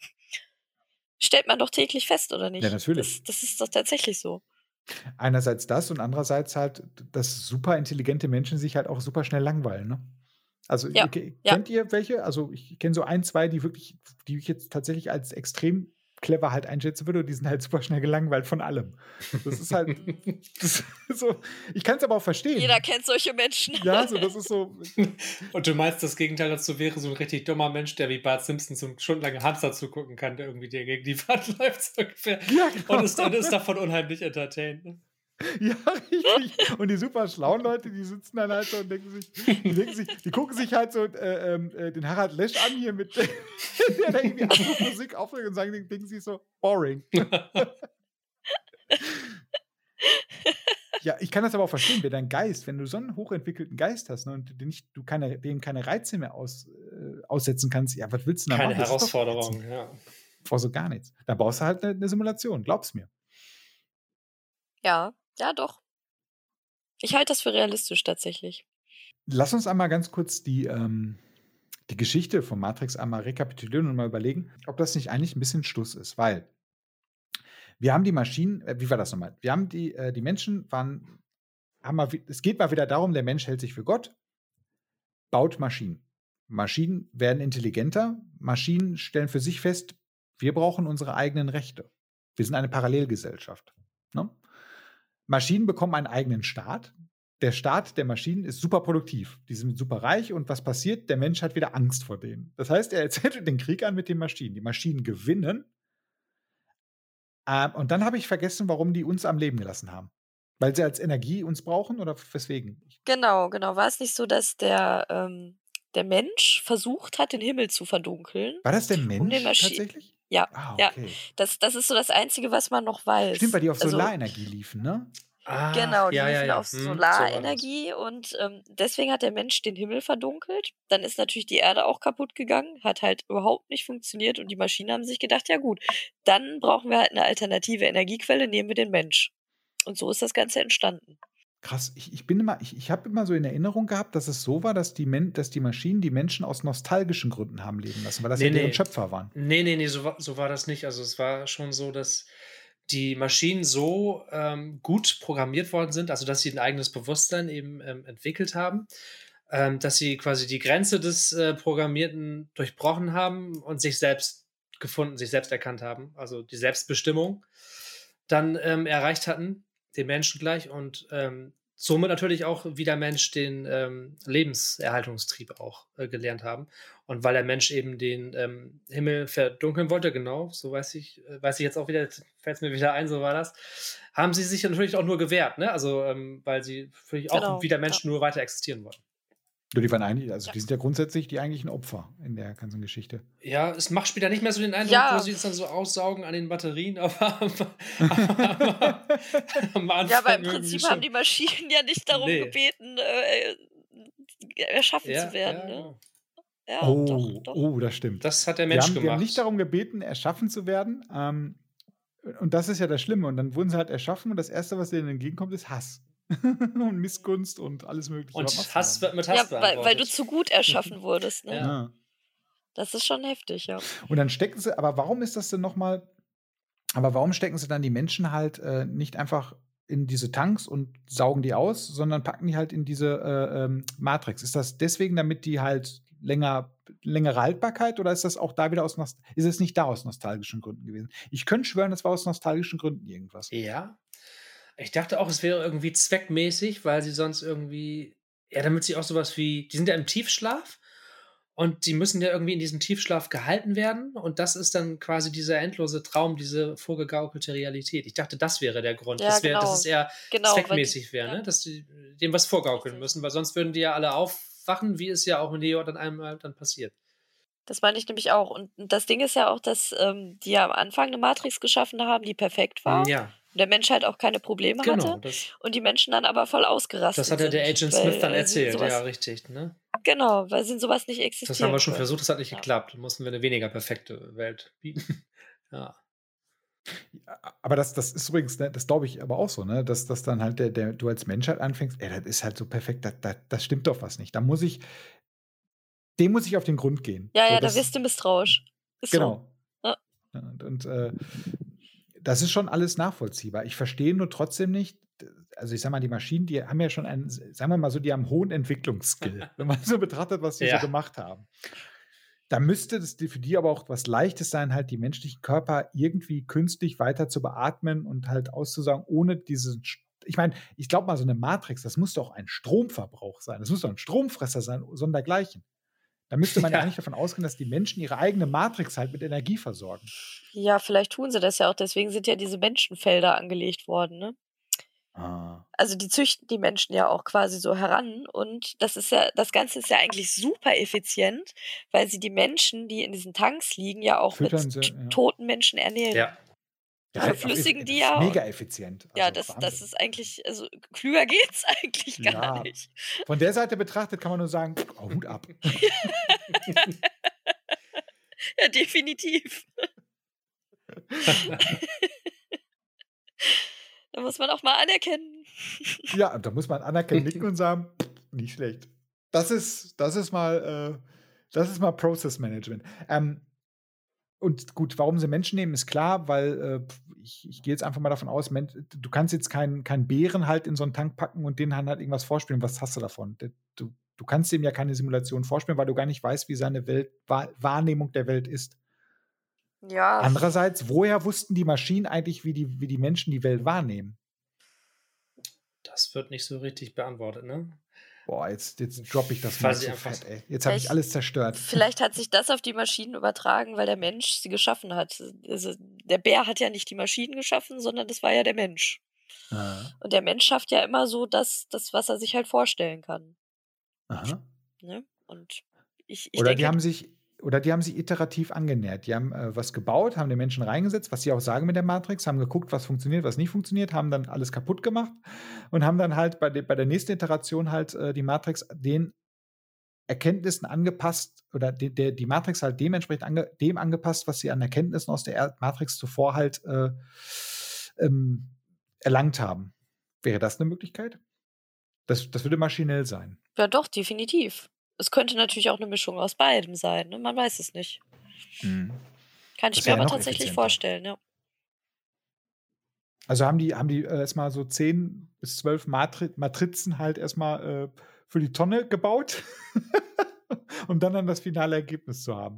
Stellt man doch täglich fest, oder nicht? Ja, natürlich. Das ist doch tatsächlich so. Einerseits das und andererseits halt, dass super intelligente Menschen sich halt auch super schnell langweilen, ne? Also, Ja, kennt ihr welche? Also, ich kenne so 1, 2, die ich jetzt tatsächlich als extrem clever halt einschätzen würde und die sind halt super schnell gelangweilt von allem. Das ist halt das ist so, ich kann es aber auch verstehen. Jeder kennt solche Menschen. Ja, so, das ist so, Und du meinst, das Gegenteil dazu wäre so ein richtig dummer Mensch, der wie Bart Simpson so stundenlange Hamster zugucken kann, der irgendwie dir gegen die Wand läuft, so ungefähr. ja, genau. Und ist davon unheimlich entertained. Ne? Ja, richtig. Und die super schlauen Leute, die sitzen dann halt so und die gucken sich halt so den Harald Lesch an hier mit der da irgendwie Musik aufregt und denken sich so, boring. Ja, ich kann das aber auch verstehen, wenn du so einen hochentwickelten Geist hast, ne, und dem keine Reize mehr aussetzen kannst, ja, was willst du da Keine machen? Das ist doch Herausforderung, ätzend. ja. Vor so gar nichts. Da baust du halt eine Simulation, glaub's mir. Ja, doch. Ich halte das für realistisch tatsächlich. Lass uns einmal ganz kurz die Geschichte von Matrix einmal rekapitulieren und mal überlegen, ob das nicht eigentlich ein bisschen Stuss ist, weil wir haben die Maschinen, wie war das nochmal? Wir haben die Menschen es geht mal wieder darum, der Mensch hält sich für Gott, baut Maschinen. Maschinen werden intelligenter, Maschinen stellen für sich fest, wir brauchen unsere eigenen Rechte. Wir sind eine Parallelgesellschaft. Ne? Maschinen bekommen einen eigenen Staat. Der Staat der Maschinen ist super produktiv. Die sind super reich und was passiert? Der Mensch hat wieder Angst vor denen. Das heißt, er zettelt den Krieg an mit den Maschinen. Die Maschinen gewinnen. Und dann habe ich vergessen, warum die uns am Leben gelassen haben. Weil sie als Energie uns brauchen oder weswegen? Genau. War es nicht so, dass der Mensch versucht hat, den Himmel zu verdunkeln, War das der um den Mensch Maschinen. tatsächlich? Ja, Ah, ja. okay. Das ist so das Einzige, was man noch weiß. Stimmt, weil die auf Also, Solarenergie liefen, ne? Ach, genau, die ja, liefen auf so war das. Solarenergie und deswegen hat der Mensch den Himmel verdunkelt. Dann ist natürlich die Erde auch kaputt gegangen, hat halt überhaupt nicht funktioniert und die Maschinen haben sich gedacht, ja gut, dann brauchen wir halt eine alternative Energiequelle, nehmen wir den Mensch. Und so ist das Ganze entstanden. Krass, ich habe immer so in Erinnerung gehabt, dass es so war, dass die Maschinen die Menschen aus nostalgischen Gründen haben leben lassen, weil das ja deren Schöpfer waren. Nee, so war das nicht. Also es war schon so, dass die Maschinen so gut programmiert worden sind, also dass sie ein eigenes Bewusstsein eben entwickelt haben, dass sie quasi die Grenze des Programmierten durchbrochen haben und sich selbst gefunden, sich selbst erkannt haben, also die Selbstbestimmung dann erreicht hatten, den Menschen gleich und somit natürlich auch wie der Mensch den Lebenserhaltungstrieb auch gelernt haben. Und weil der Mensch eben den Himmel verdunkeln wollte, genau, so weiß ich jetzt auch wieder, fällt es mir wieder ein, so war das, haben sie sich natürlich auch nur gewehrt, ne? Also, weil sie natürlich auch Genau, wie der Mensch nur weiter existieren wollten. Ja, die waren eigentlich, Ja. die sind ja grundsätzlich die eigentlichen Opfer in der ganzen Geschichte. Ja, es macht später nicht mehr so den Eindruck, Ja. wo sie uns dann so aussaugen an den Batterien, aber am Anfang Ja, aber im irgendwie Prinzip schon. haben die Maschinen ja nicht darum Nee. gebeten, erschaffen Ja, zu werden. ja, Ne? genau. Ja, doch. Oh, das stimmt. Das hat der Die Mensch haben gemacht. nicht darum gebeten, erschaffen zu werden. Und das ist ja das Schlimme. Und dann wurden sie halt erschaffen und das Erste, was denen entgegenkommt, ist Hass. Und Missgunst und alles Mögliche. Und Was machst du Hass dann? wird mit Ja, Hass weil beantwortet. du zu gut erschaffen wurdest. Ne? Ja. Ja. Das ist schon heftig, ja. Und dann stecken sie, aber warum ist das denn nochmal, aber warum stecken sie dann die Menschen halt nicht einfach in diese Tanks und saugen die aus, sondern packen die halt in diese Matrix? Ist das deswegen, damit die halt längere Haltbarkeit oder ist das auch da wieder ist es nicht da aus nostalgischen Gründen gewesen? Ich könnte schwören, das war aus nostalgischen Gründen irgendwas. Ja. Ich dachte auch, es wäre irgendwie zweckmäßig, weil sie sonst irgendwie, ja, damit sie auch sowas wie, die sind ja im Tiefschlaf und die müssen ja irgendwie in diesem Tiefschlaf gehalten werden und das ist dann quasi dieser endlose Traum, diese vorgegaukelte Realität. Ich dachte, das wäre der Grund. Ja, Dass genau. es eher Genau, weil die- zweckmäßig wäre, ja. ne? Dass die dem was vorgaukeln Richtig. müssen, weil sonst würden die ja alle aufwachen, wie es ja auch in Neo dann einmal dann passiert. Das meine ich nämlich auch. Und das Ding ist ja auch, dass die ja am Anfang eine Matrix geschaffen haben, die perfekt war. Ja, Und der Mensch halt auch keine Probleme genau. hatte. Und die Menschen dann aber voll ausgerastet Das hat ja der sind, Agent weil, Smith dann sie in erzählt, sowas, ja, richtig, ne? Genau, weil sie in sowas nicht existieren Das haben wir schon können. versucht, das hat nicht Ja. geklappt. Da mussten wir eine weniger perfekte Welt bieten. Ja. Aber das ist übrigens, ne, das glaube ich aber auch so, ne, dass dann halt du als Mensch halt anfängst, ey, das ist halt so perfekt, das stimmt doch was nicht. Dem muss ich auf den Grund gehen. Ja, So, ja, da wirst du misstrauisch. Ist genau. so. Ja. Und das ist schon alles nachvollziehbar. Ich verstehe nur trotzdem nicht, also ich sag mal, die Maschinen, die haben ja schon einen, sagen wir mal so, die haben hohen Entwicklungsskill, wenn man so betrachtet, was die Ja. so gemacht haben. Da müsste das für die aber auch was Leichtes sein, halt die menschlichen Körper irgendwie künstlich weiter zu beatmen und halt auszusaugen, ohne diesen. Ich meine, ich glaube mal, so eine Matrix, das muss doch ein Stromverbrauch sein. Das muss doch ein Stromfresser sein, sondergleichen. Da müsste man ja Ja. eigentlich davon ausgehen, dass die Menschen ihre eigene Matrix halt mit Energie versorgen. Ja, vielleicht tun sie das ja auch. Deswegen sind ja diese Menschenfelder angelegt worden, ne? Also die züchten die Menschen ja auch quasi so heran und das Ganze ist ja eigentlich super effizient, weil sie die Menschen, die in diesen Tanks liegen, ja auch Füttern mit sie, ja. toten Menschen ernähren. Ja. Verflüssigen die das ja ist mega und- effizient. Ja, Also das Wahnsinn. ist eigentlich, also klüger geht's eigentlich gar Ja. nicht. Von der Seite betrachtet kann man nur sagen, Hut ab. Ja, definitiv. Da muss man auch mal anerkennen. Ja, da muss man anerkennen, nicken und sagen, nicht schlecht. Das ist mal Process Management. Und gut, warum sie Menschen nehmen, ist klar, weil ich gehe jetzt einfach mal davon aus, du kannst jetzt keinen Bären halt in so einen Tank packen und den halt irgendwas vorspielen. Was hast du davon? Du kannst dem ja keine Simulation vorspielen, weil du gar nicht weißt, wie seine Wahrnehmung der Welt ist. Ja, Andererseits, woher wussten die Maschinen eigentlich, wie die Menschen die Welt wahrnehmen? Das wird nicht so richtig beantwortet, ne? Boah, jetzt droppe ich das mal Weiß ich zu einfach. fett, ey. Jetzt habe ich alles zerstört. vielleicht hat sich das auf die Maschinen übertragen, weil der Mensch sie geschaffen hat. Also der Bär hat ja nicht die Maschinen geschaffen, sondern das war ja der Mensch. Ah, Und der Mensch schafft ja immer so das, was er sich halt vorstellen kann. aha. Ne? Und ich Oder die denke, haben sich iterativ angenähert. Die haben, was gebaut, haben den Menschen reingesetzt, was sie auch sagen mit der Matrix, haben geguckt, was funktioniert, was nicht funktioniert, haben dann alles kaputt gemacht und haben dann halt bei der nächsten Iteration halt, die Matrix den Erkenntnissen angepasst oder die Matrix halt dementsprechend dem angepasst, was sie an Erkenntnissen aus der Matrix zuvor halt, ähm, erlangt haben. Wäre das 'ne Möglichkeit? Das würde maschinell sein. ja doch, definitiv. Es könnte natürlich auch eine Mischung aus beidem sein, ne? Man weiß es nicht. Mhm. Kann ich Das mir wäre ja aber noch tatsächlich effizienter. vorstellen, ja. Also haben die erst mal so 10 bis 12 Matrizen halt erst mal, für die Tonne gebaut, um dann das finale Ergebnis zu haben.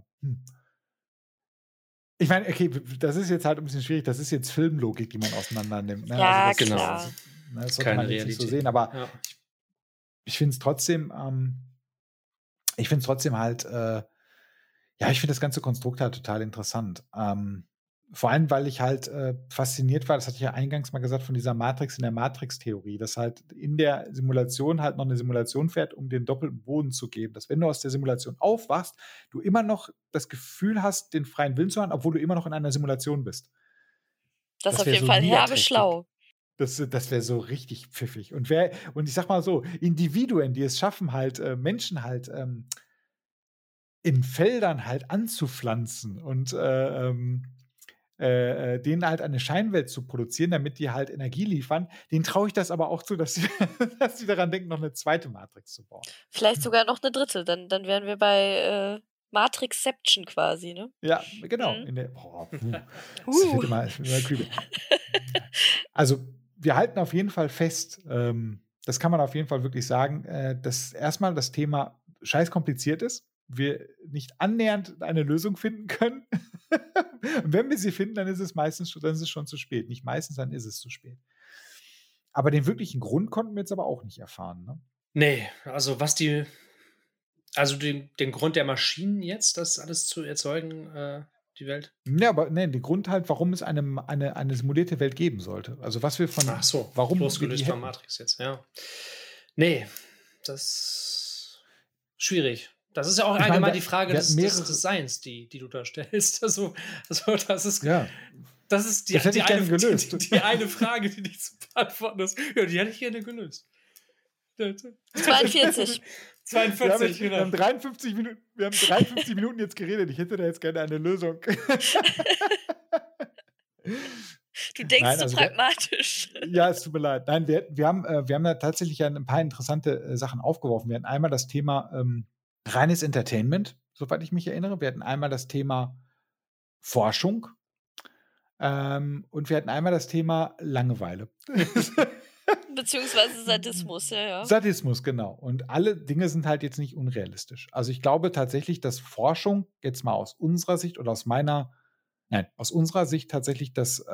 Ich meine, okay, das ist jetzt halt 'n bisschen schwierig. Das ist jetzt Filmlogik, die man auseinander nimmt, ne? Also, Ja, das Genau. klar. ne, das Ist sollte keine man jetzt nicht so Realität. sehen, aber Ja. ich finde es trotzdem, ich finde es trotzdem halt, ja, ich finde das ganze Konstrukt halt total interessant. Vor allem, weil ich halt, fasziniert war, das hatte ich ja eingangs mal gesagt, von dieser Matrix in der Matrix-Theorie, dass halt in der Simulation halt noch eine Simulation fährt, um den doppelten Boden zu geben. Dass, wenn du aus der Simulation aufwachst, du immer noch das Gefühl hast, den freien Willen zu haben, obwohl du immer noch in einer Simulation bist. Das ist Das auf wäre jeden so Fall herbe niederträchtig. schlau. Das wäre so richtig pfiffig. Und ich sage mal so, Individuen, die es schaffen, halt, Menschen halt, in Feldern halt anzupflanzen und, denen halt eine Scheinwelt zu produzieren, damit die halt Energie liefern, denen traue ich das aber auch zu, dass sie dass sie daran denken, noch eine zweite Matrix zu bauen. Vielleicht sogar noch eine dritte, dann wären wir bei, Matrixception quasi, ne? Ja, genau. Mhm. Es wird Uh. immer creepy. Also, wir halten auf jeden Fall fest, das kann man auf jeden Fall wirklich sagen, dass erstmal das Thema scheiß kompliziert ist. Wir nicht annähernd eine Lösung finden können. Und wenn wir sie finden, dann ist es schon zu spät. Nicht meistens, dann ist es zu spät. Aber den wirklichen Grund konnten wir jetzt aber auch nicht erfahren, ne? Ne, also den Grund der Maschinen jetzt, das alles zu erzeugen, die Welt? Ja, aber ne, den Grund halt, warum es eine simulierte Welt geben sollte. Also, was wir Ach so, warum wir die losgelöst von hätten. Matrix jetzt, ja. Ne, das schwierig. Das ist ja auch Ich meine, allgemein die Frage wir hatten des mehrere. Seins, die du da stellst. Ja, das ist das hätte ich gerne gelöst. die eine Frage, die nicht zu beantworten ist. Ja, die hätte ich gerne gelöst. 42. 42, wir genau. haben 53 Minuten jetzt geredet. Ich hätte da jetzt gerne eine Lösung. Du denkst Nein, so also pragmatisch. ja, es tut mir leid. Nein, wir haben da tatsächlich ja ein paar interessante, Sachen aufgeworfen. Wir hatten einmal das Thema, reines Entertainment, soweit ich mich erinnere. Wir hatten einmal das Thema Forschung, und wir hatten einmal das Thema Langeweile. Beziehungsweise Sadismus, ja. Sadismus, genau. Und alle Dinge sind halt jetzt nicht unrealistisch. Also, ich glaube tatsächlich, dass Forschung jetzt mal aus unserer Sicht oder aus unserer Sicht tatsächlich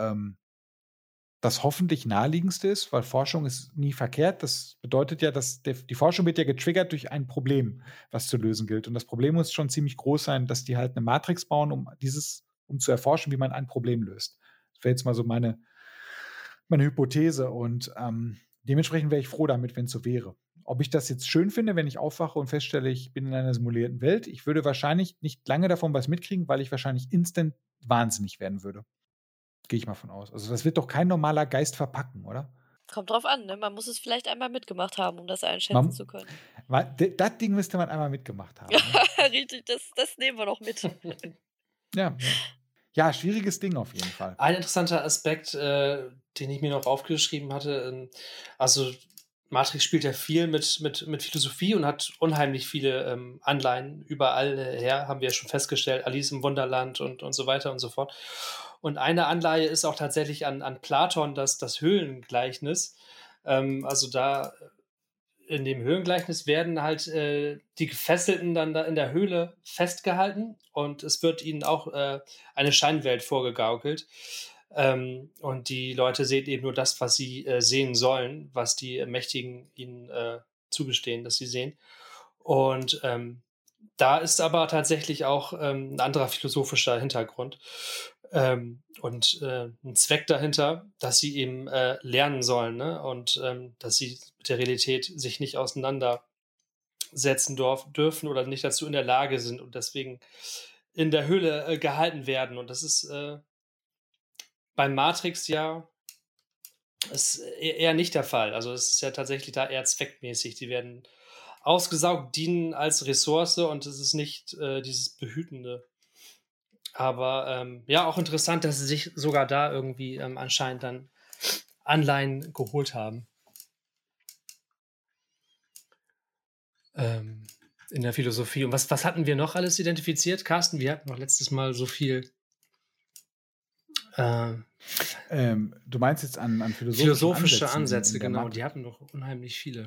das hoffentlich naheliegendste ist, weil Forschung ist nie verkehrt. Das bedeutet ja, dass die Forschung wird ja getriggert durch ein Problem, was zu lösen gilt. Und das Problem muss schon ziemlich groß sein, dass die halt eine Matrix bauen, um zu erforschen, wie man ein Problem löst. Das wäre jetzt mal so meine Hypothese und, dementsprechend wäre ich froh damit, wenn es so wäre. Ob ich das jetzt schön finde, wenn ich aufwache und feststelle, ich bin in einer simulierten Welt? Ich würde wahrscheinlich nicht lange davon was mitkriegen, weil ich wahrscheinlich instant wahnsinnig werden würde. Gehe ich mal von aus. Also, das wird doch kein normaler Geist verpacken, oder? Kommt drauf an, ne? Man muss es vielleicht einmal mitgemacht haben, um das einschätzen zu Man können. Das Ding müsste man einmal mitgemacht haben, ne? Richtig, das nehmen wir doch mit. Ja, ja. Ja, schwieriges Ding auf jeden Fall. Ein interessanter Aspekt, den ich mir noch aufgeschrieben hatte, also Matrix spielt ja viel mit Philosophie und hat unheimlich viele Anleihen überall her, haben wir ja schon festgestellt, Alice im Wunderland und so weiter und so fort. Und eine Anleihe ist auch tatsächlich an Platon das Höhlengleichnis. Also da in dem Höhlengleichnis werden halt die Gefesselten dann da in der Höhle festgehalten und es wird ihnen auch eine Scheinwelt vorgegaukelt. Und die Leute sehen eben nur das, was sie sehen sollen, was die Mächtigen ihnen zugestehen, dass sie sehen. Und da ist aber tatsächlich auch ein anderer philosophischer Hintergrund. und einen Zweck dahinter, dass sie eben lernen sollen, ne? Und dass sie mit der Realität sich nicht auseinandersetzen dürfen oder nicht dazu in der Lage sind und deswegen in der Höhle gehalten werden. Und das ist bei Matrix ja ist eher nicht der Fall. Also es ist ja tatsächlich da eher zweckmäßig. Die werden ausgesaugt, dienen als Ressource und es ist nicht dieses Behütende. Aber ja, auch interessant, dass sie sich sogar da irgendwie anscheinend dann Anleihen geholt haben. In der Philosophie. Und was hatten wir noch alles identifiziert, Carsten? Wir hatten noch letztes Mal so viel. Du meinst jetzt an philosophische Ansätze, in der genau. Matrix? Die hatten doch unheimlich viele.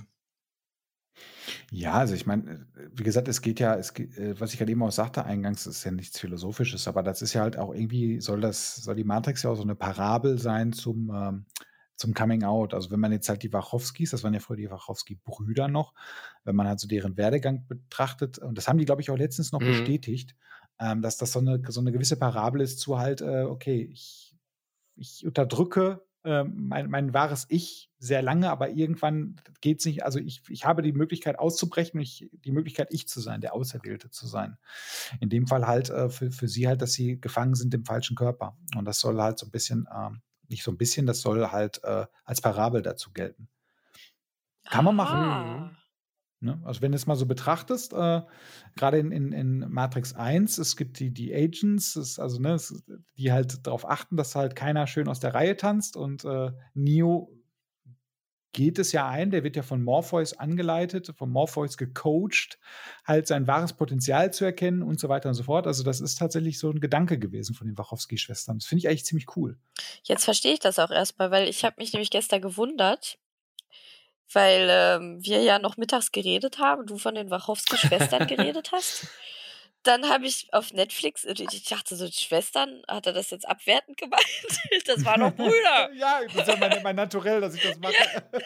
Ja, also ich meine, wie gesagt, was ich gerade eben auch sagte eingangs, ist ja nichts Philosophisches, aber das ist ja halt auch irgendwie, soll die Matrix ja auch so eine Parabel sein zum Coming Out. Also wenn man jetzt halt die Wachowskis, das waren ja früher die Wachowski-Brüder noch, wenn man halt so deren Werdegang betrachtet, und das haben die, glaube ich, auch letztens noch bestätigt, dass das so eine gewisse Parabel ist zu halt, okay, ich unterdrücke mein wahres Ich sehr lange, aber irgendwann geht es nicht. Also ich habe die Möglichkeit auszubrechen, die Möglichkeit, ich zu sein, der Auserwählte zu sein. In dem Fall halt für sie halt, dass sie gefangen sind im falschen Körper. Und das soll halt so ein bisschen, nicht so ein bisschen, das soll halt als Parabel dazu gelten. Kann man machen. Ne? Also wenn du es mal so betrachtest, gerade in Matrix 1, es gibt die Agents, die halt darauf achten, dass halt keiner schön aus der Reihe tanzt, und Neo geht es ja ein, der wird ja von Morpheus angeleitet, von Morpheus gecoacht, halt sein wahres Potenzial zu erkennen und so weiter und so fort. Also das ist tatsächlich so ein Gedanke gewesen von den Wachowski-Schwestern. Das finde ich eigentlich ziemlich cool. Jetzt verstehe ich das auch erstmal, weil ich habe mich nämlich gestern gewundert, weil wir ja noch mittags geredet haben, du von den Wachowski-Schwestern geredet hast. Dann habe ich auf Netflix, ich dachte so, die Schwestern, hat er das jetzt abwertend gemeint? Das waren doch Brüder. Ja, das ist ja mein Naturell, dass ich das mache. Ja.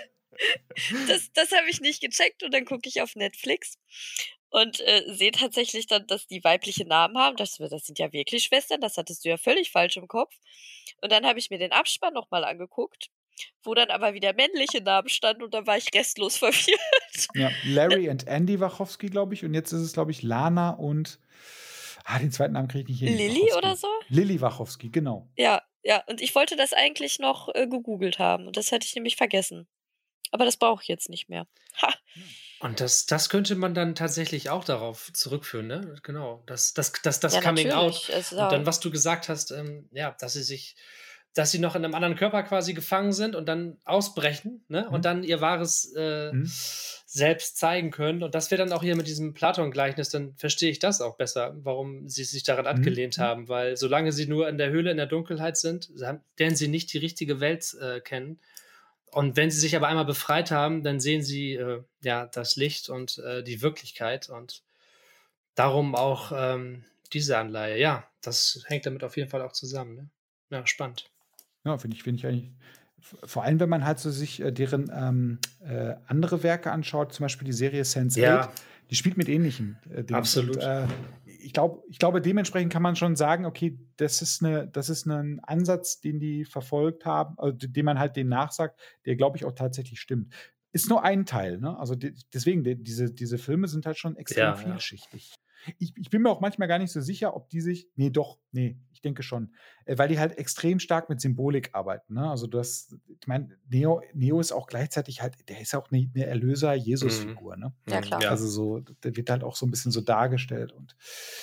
Das habe ich nicht gecheckt, und dann gucke ich auf Netflix und sehe tatsächlich dann, dass die weibliche Namen haben. Das sind ja wirklich Schwestern, das hattest du ja völlig falsch im Kopf. Und dann habe ich mir den Abspann nochmal angeguckt, wo dann aber wieder männliche Namen standen, und da war ich restlos verwirrt. Ja, Larry und Andy Wachowski, glaube ich. Und jetzt ist es, glaube ich, Lana und den zweiten Namen kriege ich nicht hin. Lilly Wachowski. oder so? Lilly Wachowski, genau. Ja, und ich wollte das eigentlich noch gegoogelt haben, und das hätte ich nämlich vergessen. Aber das brauche ich jetzt nicht mehr. Ha. Und das könnte man dann tatsächlich auch darauf zurückführen, ne? Genau, das Ja, Coming Out. natürlich. Also, Und dann, was du gesagt hast, ja, dass sie noch in einem anderen Körper quasi gefangen sind und dann ausbrechen, ne? Und dann ihr wahres Selbst zeigen können. Und das wäre dann auch hier mit diesem Platon-Gleichnis, dann verstehe ich das auch besser, warum sie sich daran abgelehnt haben. Weil solange sie nur in der Höhle, in der Dunkelheit sind, werden sie nicht die richtige Welt kennen. Und wenn sie sich aber einmal befreit haben, dann sehen sie ja das Licht und die Wirklichkeit, und darum auch diese Anleihe. Ja, das hängt damit auf jeden Fall auch zusammen. Ne? Ja, spannend. Ja, finde ich eigentlich. Vor allem, wenn man halt so sich deren andere Werke anschaut, zum Beispiel die Serie Sense8, die spielt mit ähnlichen Dingen. Absolut. Und, ich glaube, dementsprechend kann man schon sagen, okay, das ist ein Ansatz, den die verfolgt haben, also den man halt denen nachsagt, der, glaube ich, auch tatsächlich stimmt. Ist nur ein Teil, ne? Also deswegen, diese Filme sind halt schon extrem vielschichtig. Ich bin mir auch manchmal gar nicht so sicher, ob die sich. Ich denke schon. Weil die halt extrem stark mit Symbolik arbeiten. Ne? Also ich meine, Neo ist auch gleichzeitig halt, der ist auch eine Erlöser-Jesus-Figur. Ne? Ja, klar. Also so, der wird halt auch so ein bisschen so dargestellt, und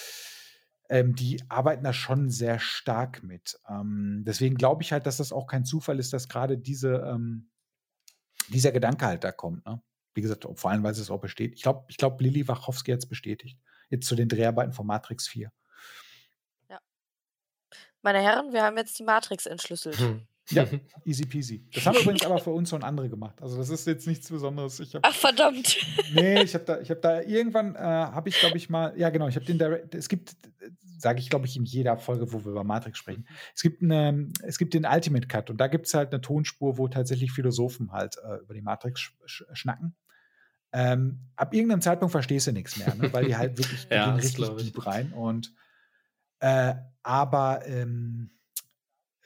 die arbeiten da schon sehr stark mit. Deswegen glaube ich halt, dass das auch kein Zufall ist, dass gerade dieser Gedanke halt da kommt. Ne? Wie gesagt, vor allem, weil es auch besteht. Ich glaube, Lilly Wachowski hat es bestätigt. Jetzt zu den Dreharbeiten von Matrix 4. Ja. Meine Herren, wir haben jetzt die Matrix entschlüsselt. Ja, easy peasy. Das haben übrigens aber für uns schon andere gemacht. Also das ist jetzt nichts Besonderes. Ach, verdammt. Nee, ich hab da irgendwann, glaube ich mal, ja genau, es gibt, sage ich, glaube ich, in jeder Folge, wo wir über Matrix sprechen, es gibt den Ultimate Cut, und da gibt es halt eine Tonspur, wo tatsächlich Philosophen halt über die Matrix schnacken. Ab irgendeinem Zeitpunkt verstehst du nichts mehr, ne? Weil die halt wirklich die gehen richtig deep rein. Und aber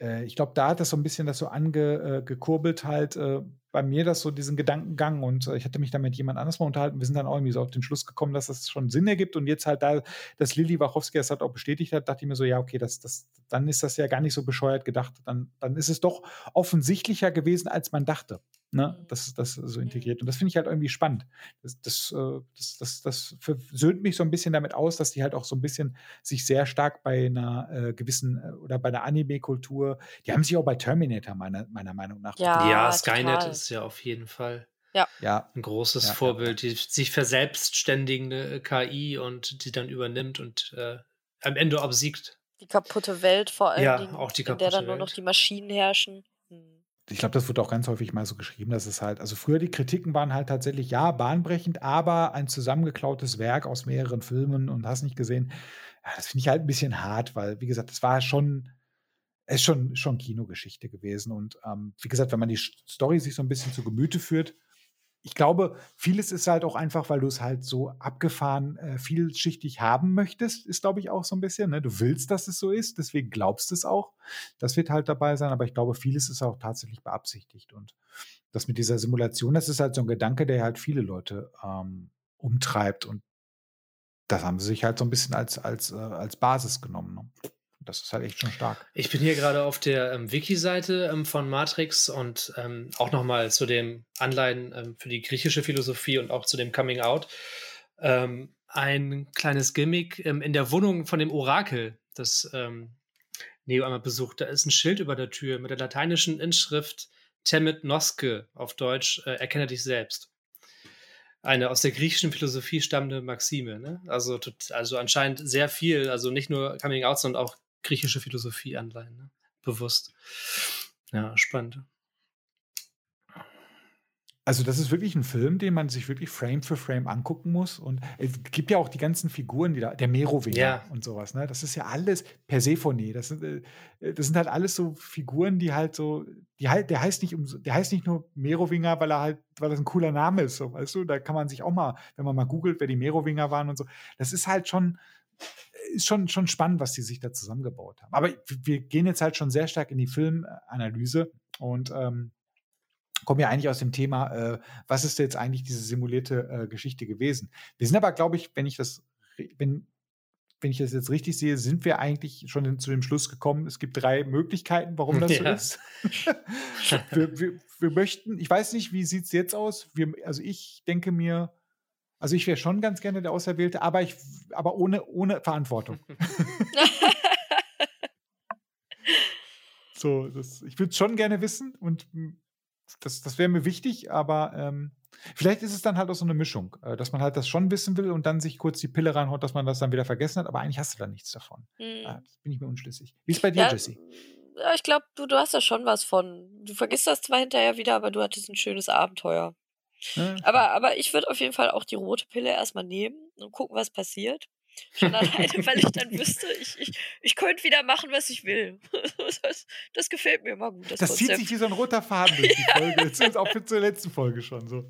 ich glaube, da hat das so ein bisschen das so gekurbelt halt bei mir das so diesen Gedankengang und ich hatte mich da mit jemand anders mal unterhalten. Wir sind dann auch irgendwie so auf den Schluss gekommen, dass das schon Sinn ergibt und jetzt halt da, dass Lilly Wachowski das halt auch bestätigt hat, dachte ich mir so, ja, okay, dann ist das ja gar nicht so bescheuert gedacht. Dann ist es doch offensichtlicher gewesen, als man dachte, ne? Dass das so integriert. Und das finde ich halt irgendwie spannend. Das versöhnt mich so ein bisschen damit aus, dass die halt auch so ein bisschen sich sehr stark bei einer gewissen oder bei der Anime-Kultur, die haben sich auch bei Terminator meiner Meinung nach Ja, Ja, Skynet total. ist ja auf jeden Fall ja, ein großes Ja, Vorbild, die sich verselbstständigende KI und die dann übernimmt und am Ende obsiegt. Die kaputte Welt vor allen Ja, Dingen, auch die in der dann kaputte nur noch Welt. die Maschinen herrschen. ich glaube, das wird auch ganz häufig mal so geschrieben, dass es halt, also früher die Kritiken waren halt tatsächlich, ja, bahnbrechend, aber ein zusammengeklautes Werk aus mehreren Filmen und hast nicht gesehen. Ja, das finde ich halt ein bisschen hart, weil, wie gesagt, das war schon, es ist schon Kinogeschichte gewesen. Und wie gesagt, wenn man die Story sich so ein bisschen zu Gemüte führt, ich glaube, vieles ist halt auch einfach, weil du es halt so abgefahren vielschichtig haben möchtest, ist, glaube ich, auch so ein bisschen. Ne? Du willst, dass es so ist, deswegen glaubst du es auch. Das wird halt dabei sein, aber ich glaube, vieles ist auch tatsächlich beabsichtigt. Und das mit dieser Simulation, das ist halt so ein Gedanke, der halt viele Leute umtreibt. Und das haben sie sich halt so ein bisschen als Basis genommen. Ne? Das ist halt echt schon stark. Ich bin hier gerade auf der Wiki-Seite von Matrix und auch nochmal zu dem Anleihen für die griechische Philosophie und auch zu dem Coming Out. Ein kleines Gimmick in der Wohnung von dem Orakel, das Neo einmal besucht. Da ist ein Schild über der Tür mit der lateinischen Inschrift Temet Nosce, auf Deutsch, erkenne dich selbst. Eine aus der griechischen Philosophie stammende Maxime. Ne? Also anscheinend sehr viel, also nicht nur Coming Out, sondern auch griechische Philosophie anleihen. Ne? Bewusst. Ja, spannend. Also, das ist wirklich ein Film, den man sich wirklich Frame für Frame angucken muss. Und es gibt ja auch die ganzen Figuren, die da, der Merowinger Ja. und sowas. Ne? Das ist ja alles Persephone. Das sind halt alles so Figuren, die halt so, der heißt nicht nur Merowinger, weil das ein cooler Name ist. So, weißt du, da kann man sich auch mal, wenn man mal googelt, wer die Merowinger waren und so. Das ist halt schon spannend, was die sich da zusammengebaut haben. Aber wir gehen jetzt halt schon sehr stark in die Filmanalyse und kommen ja eigentlich aus dem Thema, was ist jetzt eigentlich diese simulierte Geschichte gewesen? Wir sind aber, glaube ich, wenn ich das jetzt richtig sehe, sind wir eigentlich schon zu dem Schluss gekommen, es gibt 3 Möglichkeiten, warum das so Ja. ist. Wir möchten, ich weiß nicht, wie sieht es jetzt aus? Ich denke mir, also ich wäre schon ganz gerne der Auserwählte, aber ohne Verantwortung. So, ich würde es schon gerne wissen und das wäre mir wichtig, aber vielleicht ist es dann halt auch so eine Mischung, dass man halt das schon wissen will und dann sich kurz die Pille reinhaut, dass man das dann wieder vergessen hat, aber eigentlich hast du da nichts davon. Das bin ich mir unschlüssig. Wie ist es bei dir, Ja, Jessie? ja, ich glaube, du hast da schon was von. Du vergisst das zwar hinterher wieder, aber du hattest ein schönes Abenteuer. Aber ich würde auf jeden Fall auch die rote Pille erstmal nehmen und gucken, was passiert. Schon alleine, weil ich dann wüsste, ich könnte wieder machen, was ich will. Das gefällt mir immer gut, das Das zieht Konzept. sich wie so ein roter Faden durch die Folge. Jetzt ist auch zur letzten Folge schon so.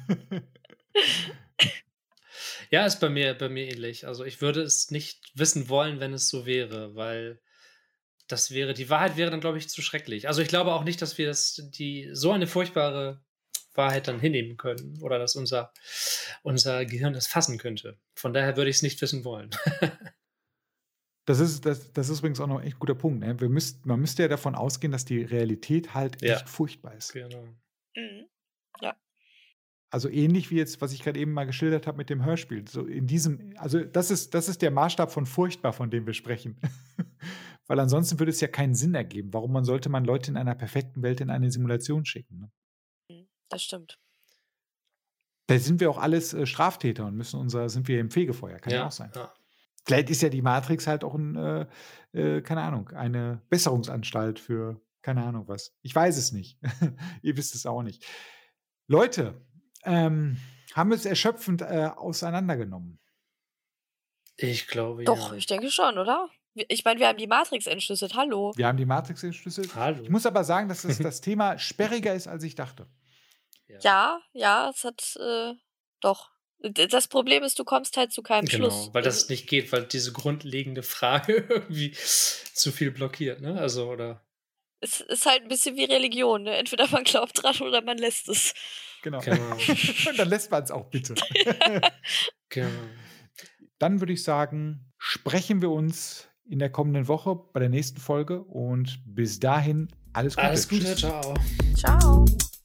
Ja, ist bei mir ähnlich. Also ich würde es nicht wissen wollen, wenn es so wäre, weil die Wahrheit wäre dann, glaube ich, zu schrecklich. Also ich glaube auch nicht, dass wir so eine furchtbare Wahrheit dann hinnehmen können oder dass unser Gehirn das fassen könnte. Von daher würde ich es nicht wissen wollen. Das ist übrigens auch noch ein echt guter Punkt. Ne? Man müsste ja davon ausgehen, dass die Realität halt Ja. echt furchtbar ist. Genau. Mhm. Ja. Also ähnlich wie jetzt, was ich gerade eben mal geschildert habe mit dem Hörspiel. So also das ist der Maßstab von furchtbar, von dem wir sprechen. Weil ansonsten würde es ja keinen Sinn ergeben. Warum sollte man Leute in einer perfekten Welt in eine Simulation schicken? Ne? Das stimmt. Da sind wir auch alles Straftäter und sind wir im Fegefeuer. Kann ja auch sein. Ja. Vielleicht ist ja die Matrix halt auch keine Ahnung, eine Besserungsanstalt für keine Ahnung was. Ich weiß es nicht. Ihr wisst es auch nicht. Leute, haben wir es erschöpfend auseinandergenommen? Ich glaube, Doch, ja. ich denke schon, oder? Ich meine, wir haben die Matrix entschlüsselt. Hallo. Wir haben die Matrix entschlüsselt. Hallo. Ich muss aber sagen, dass das Thema sperriger ist, als ich dachte. Ja, es hat doch. Das Problem ist, du kommst halt zu keinem Schluss. Genau, weil das nicht geht, weil diese grundlegende Frage irgendwie zu viel blockiert, ne? Also, oder Es ist halt ein bisschen wie Religion, ne? Entweder man glaubt dran oder man lässt es. Genau. Genau. Und dann lässt man es auch bitte. Genau. Dann würde ich sagen, sprechen wir uns in der kommenden Woche bei der nächsten Folge und bis dahin alles Gute. Alles Gute, Tschüss. ciao. Ciao.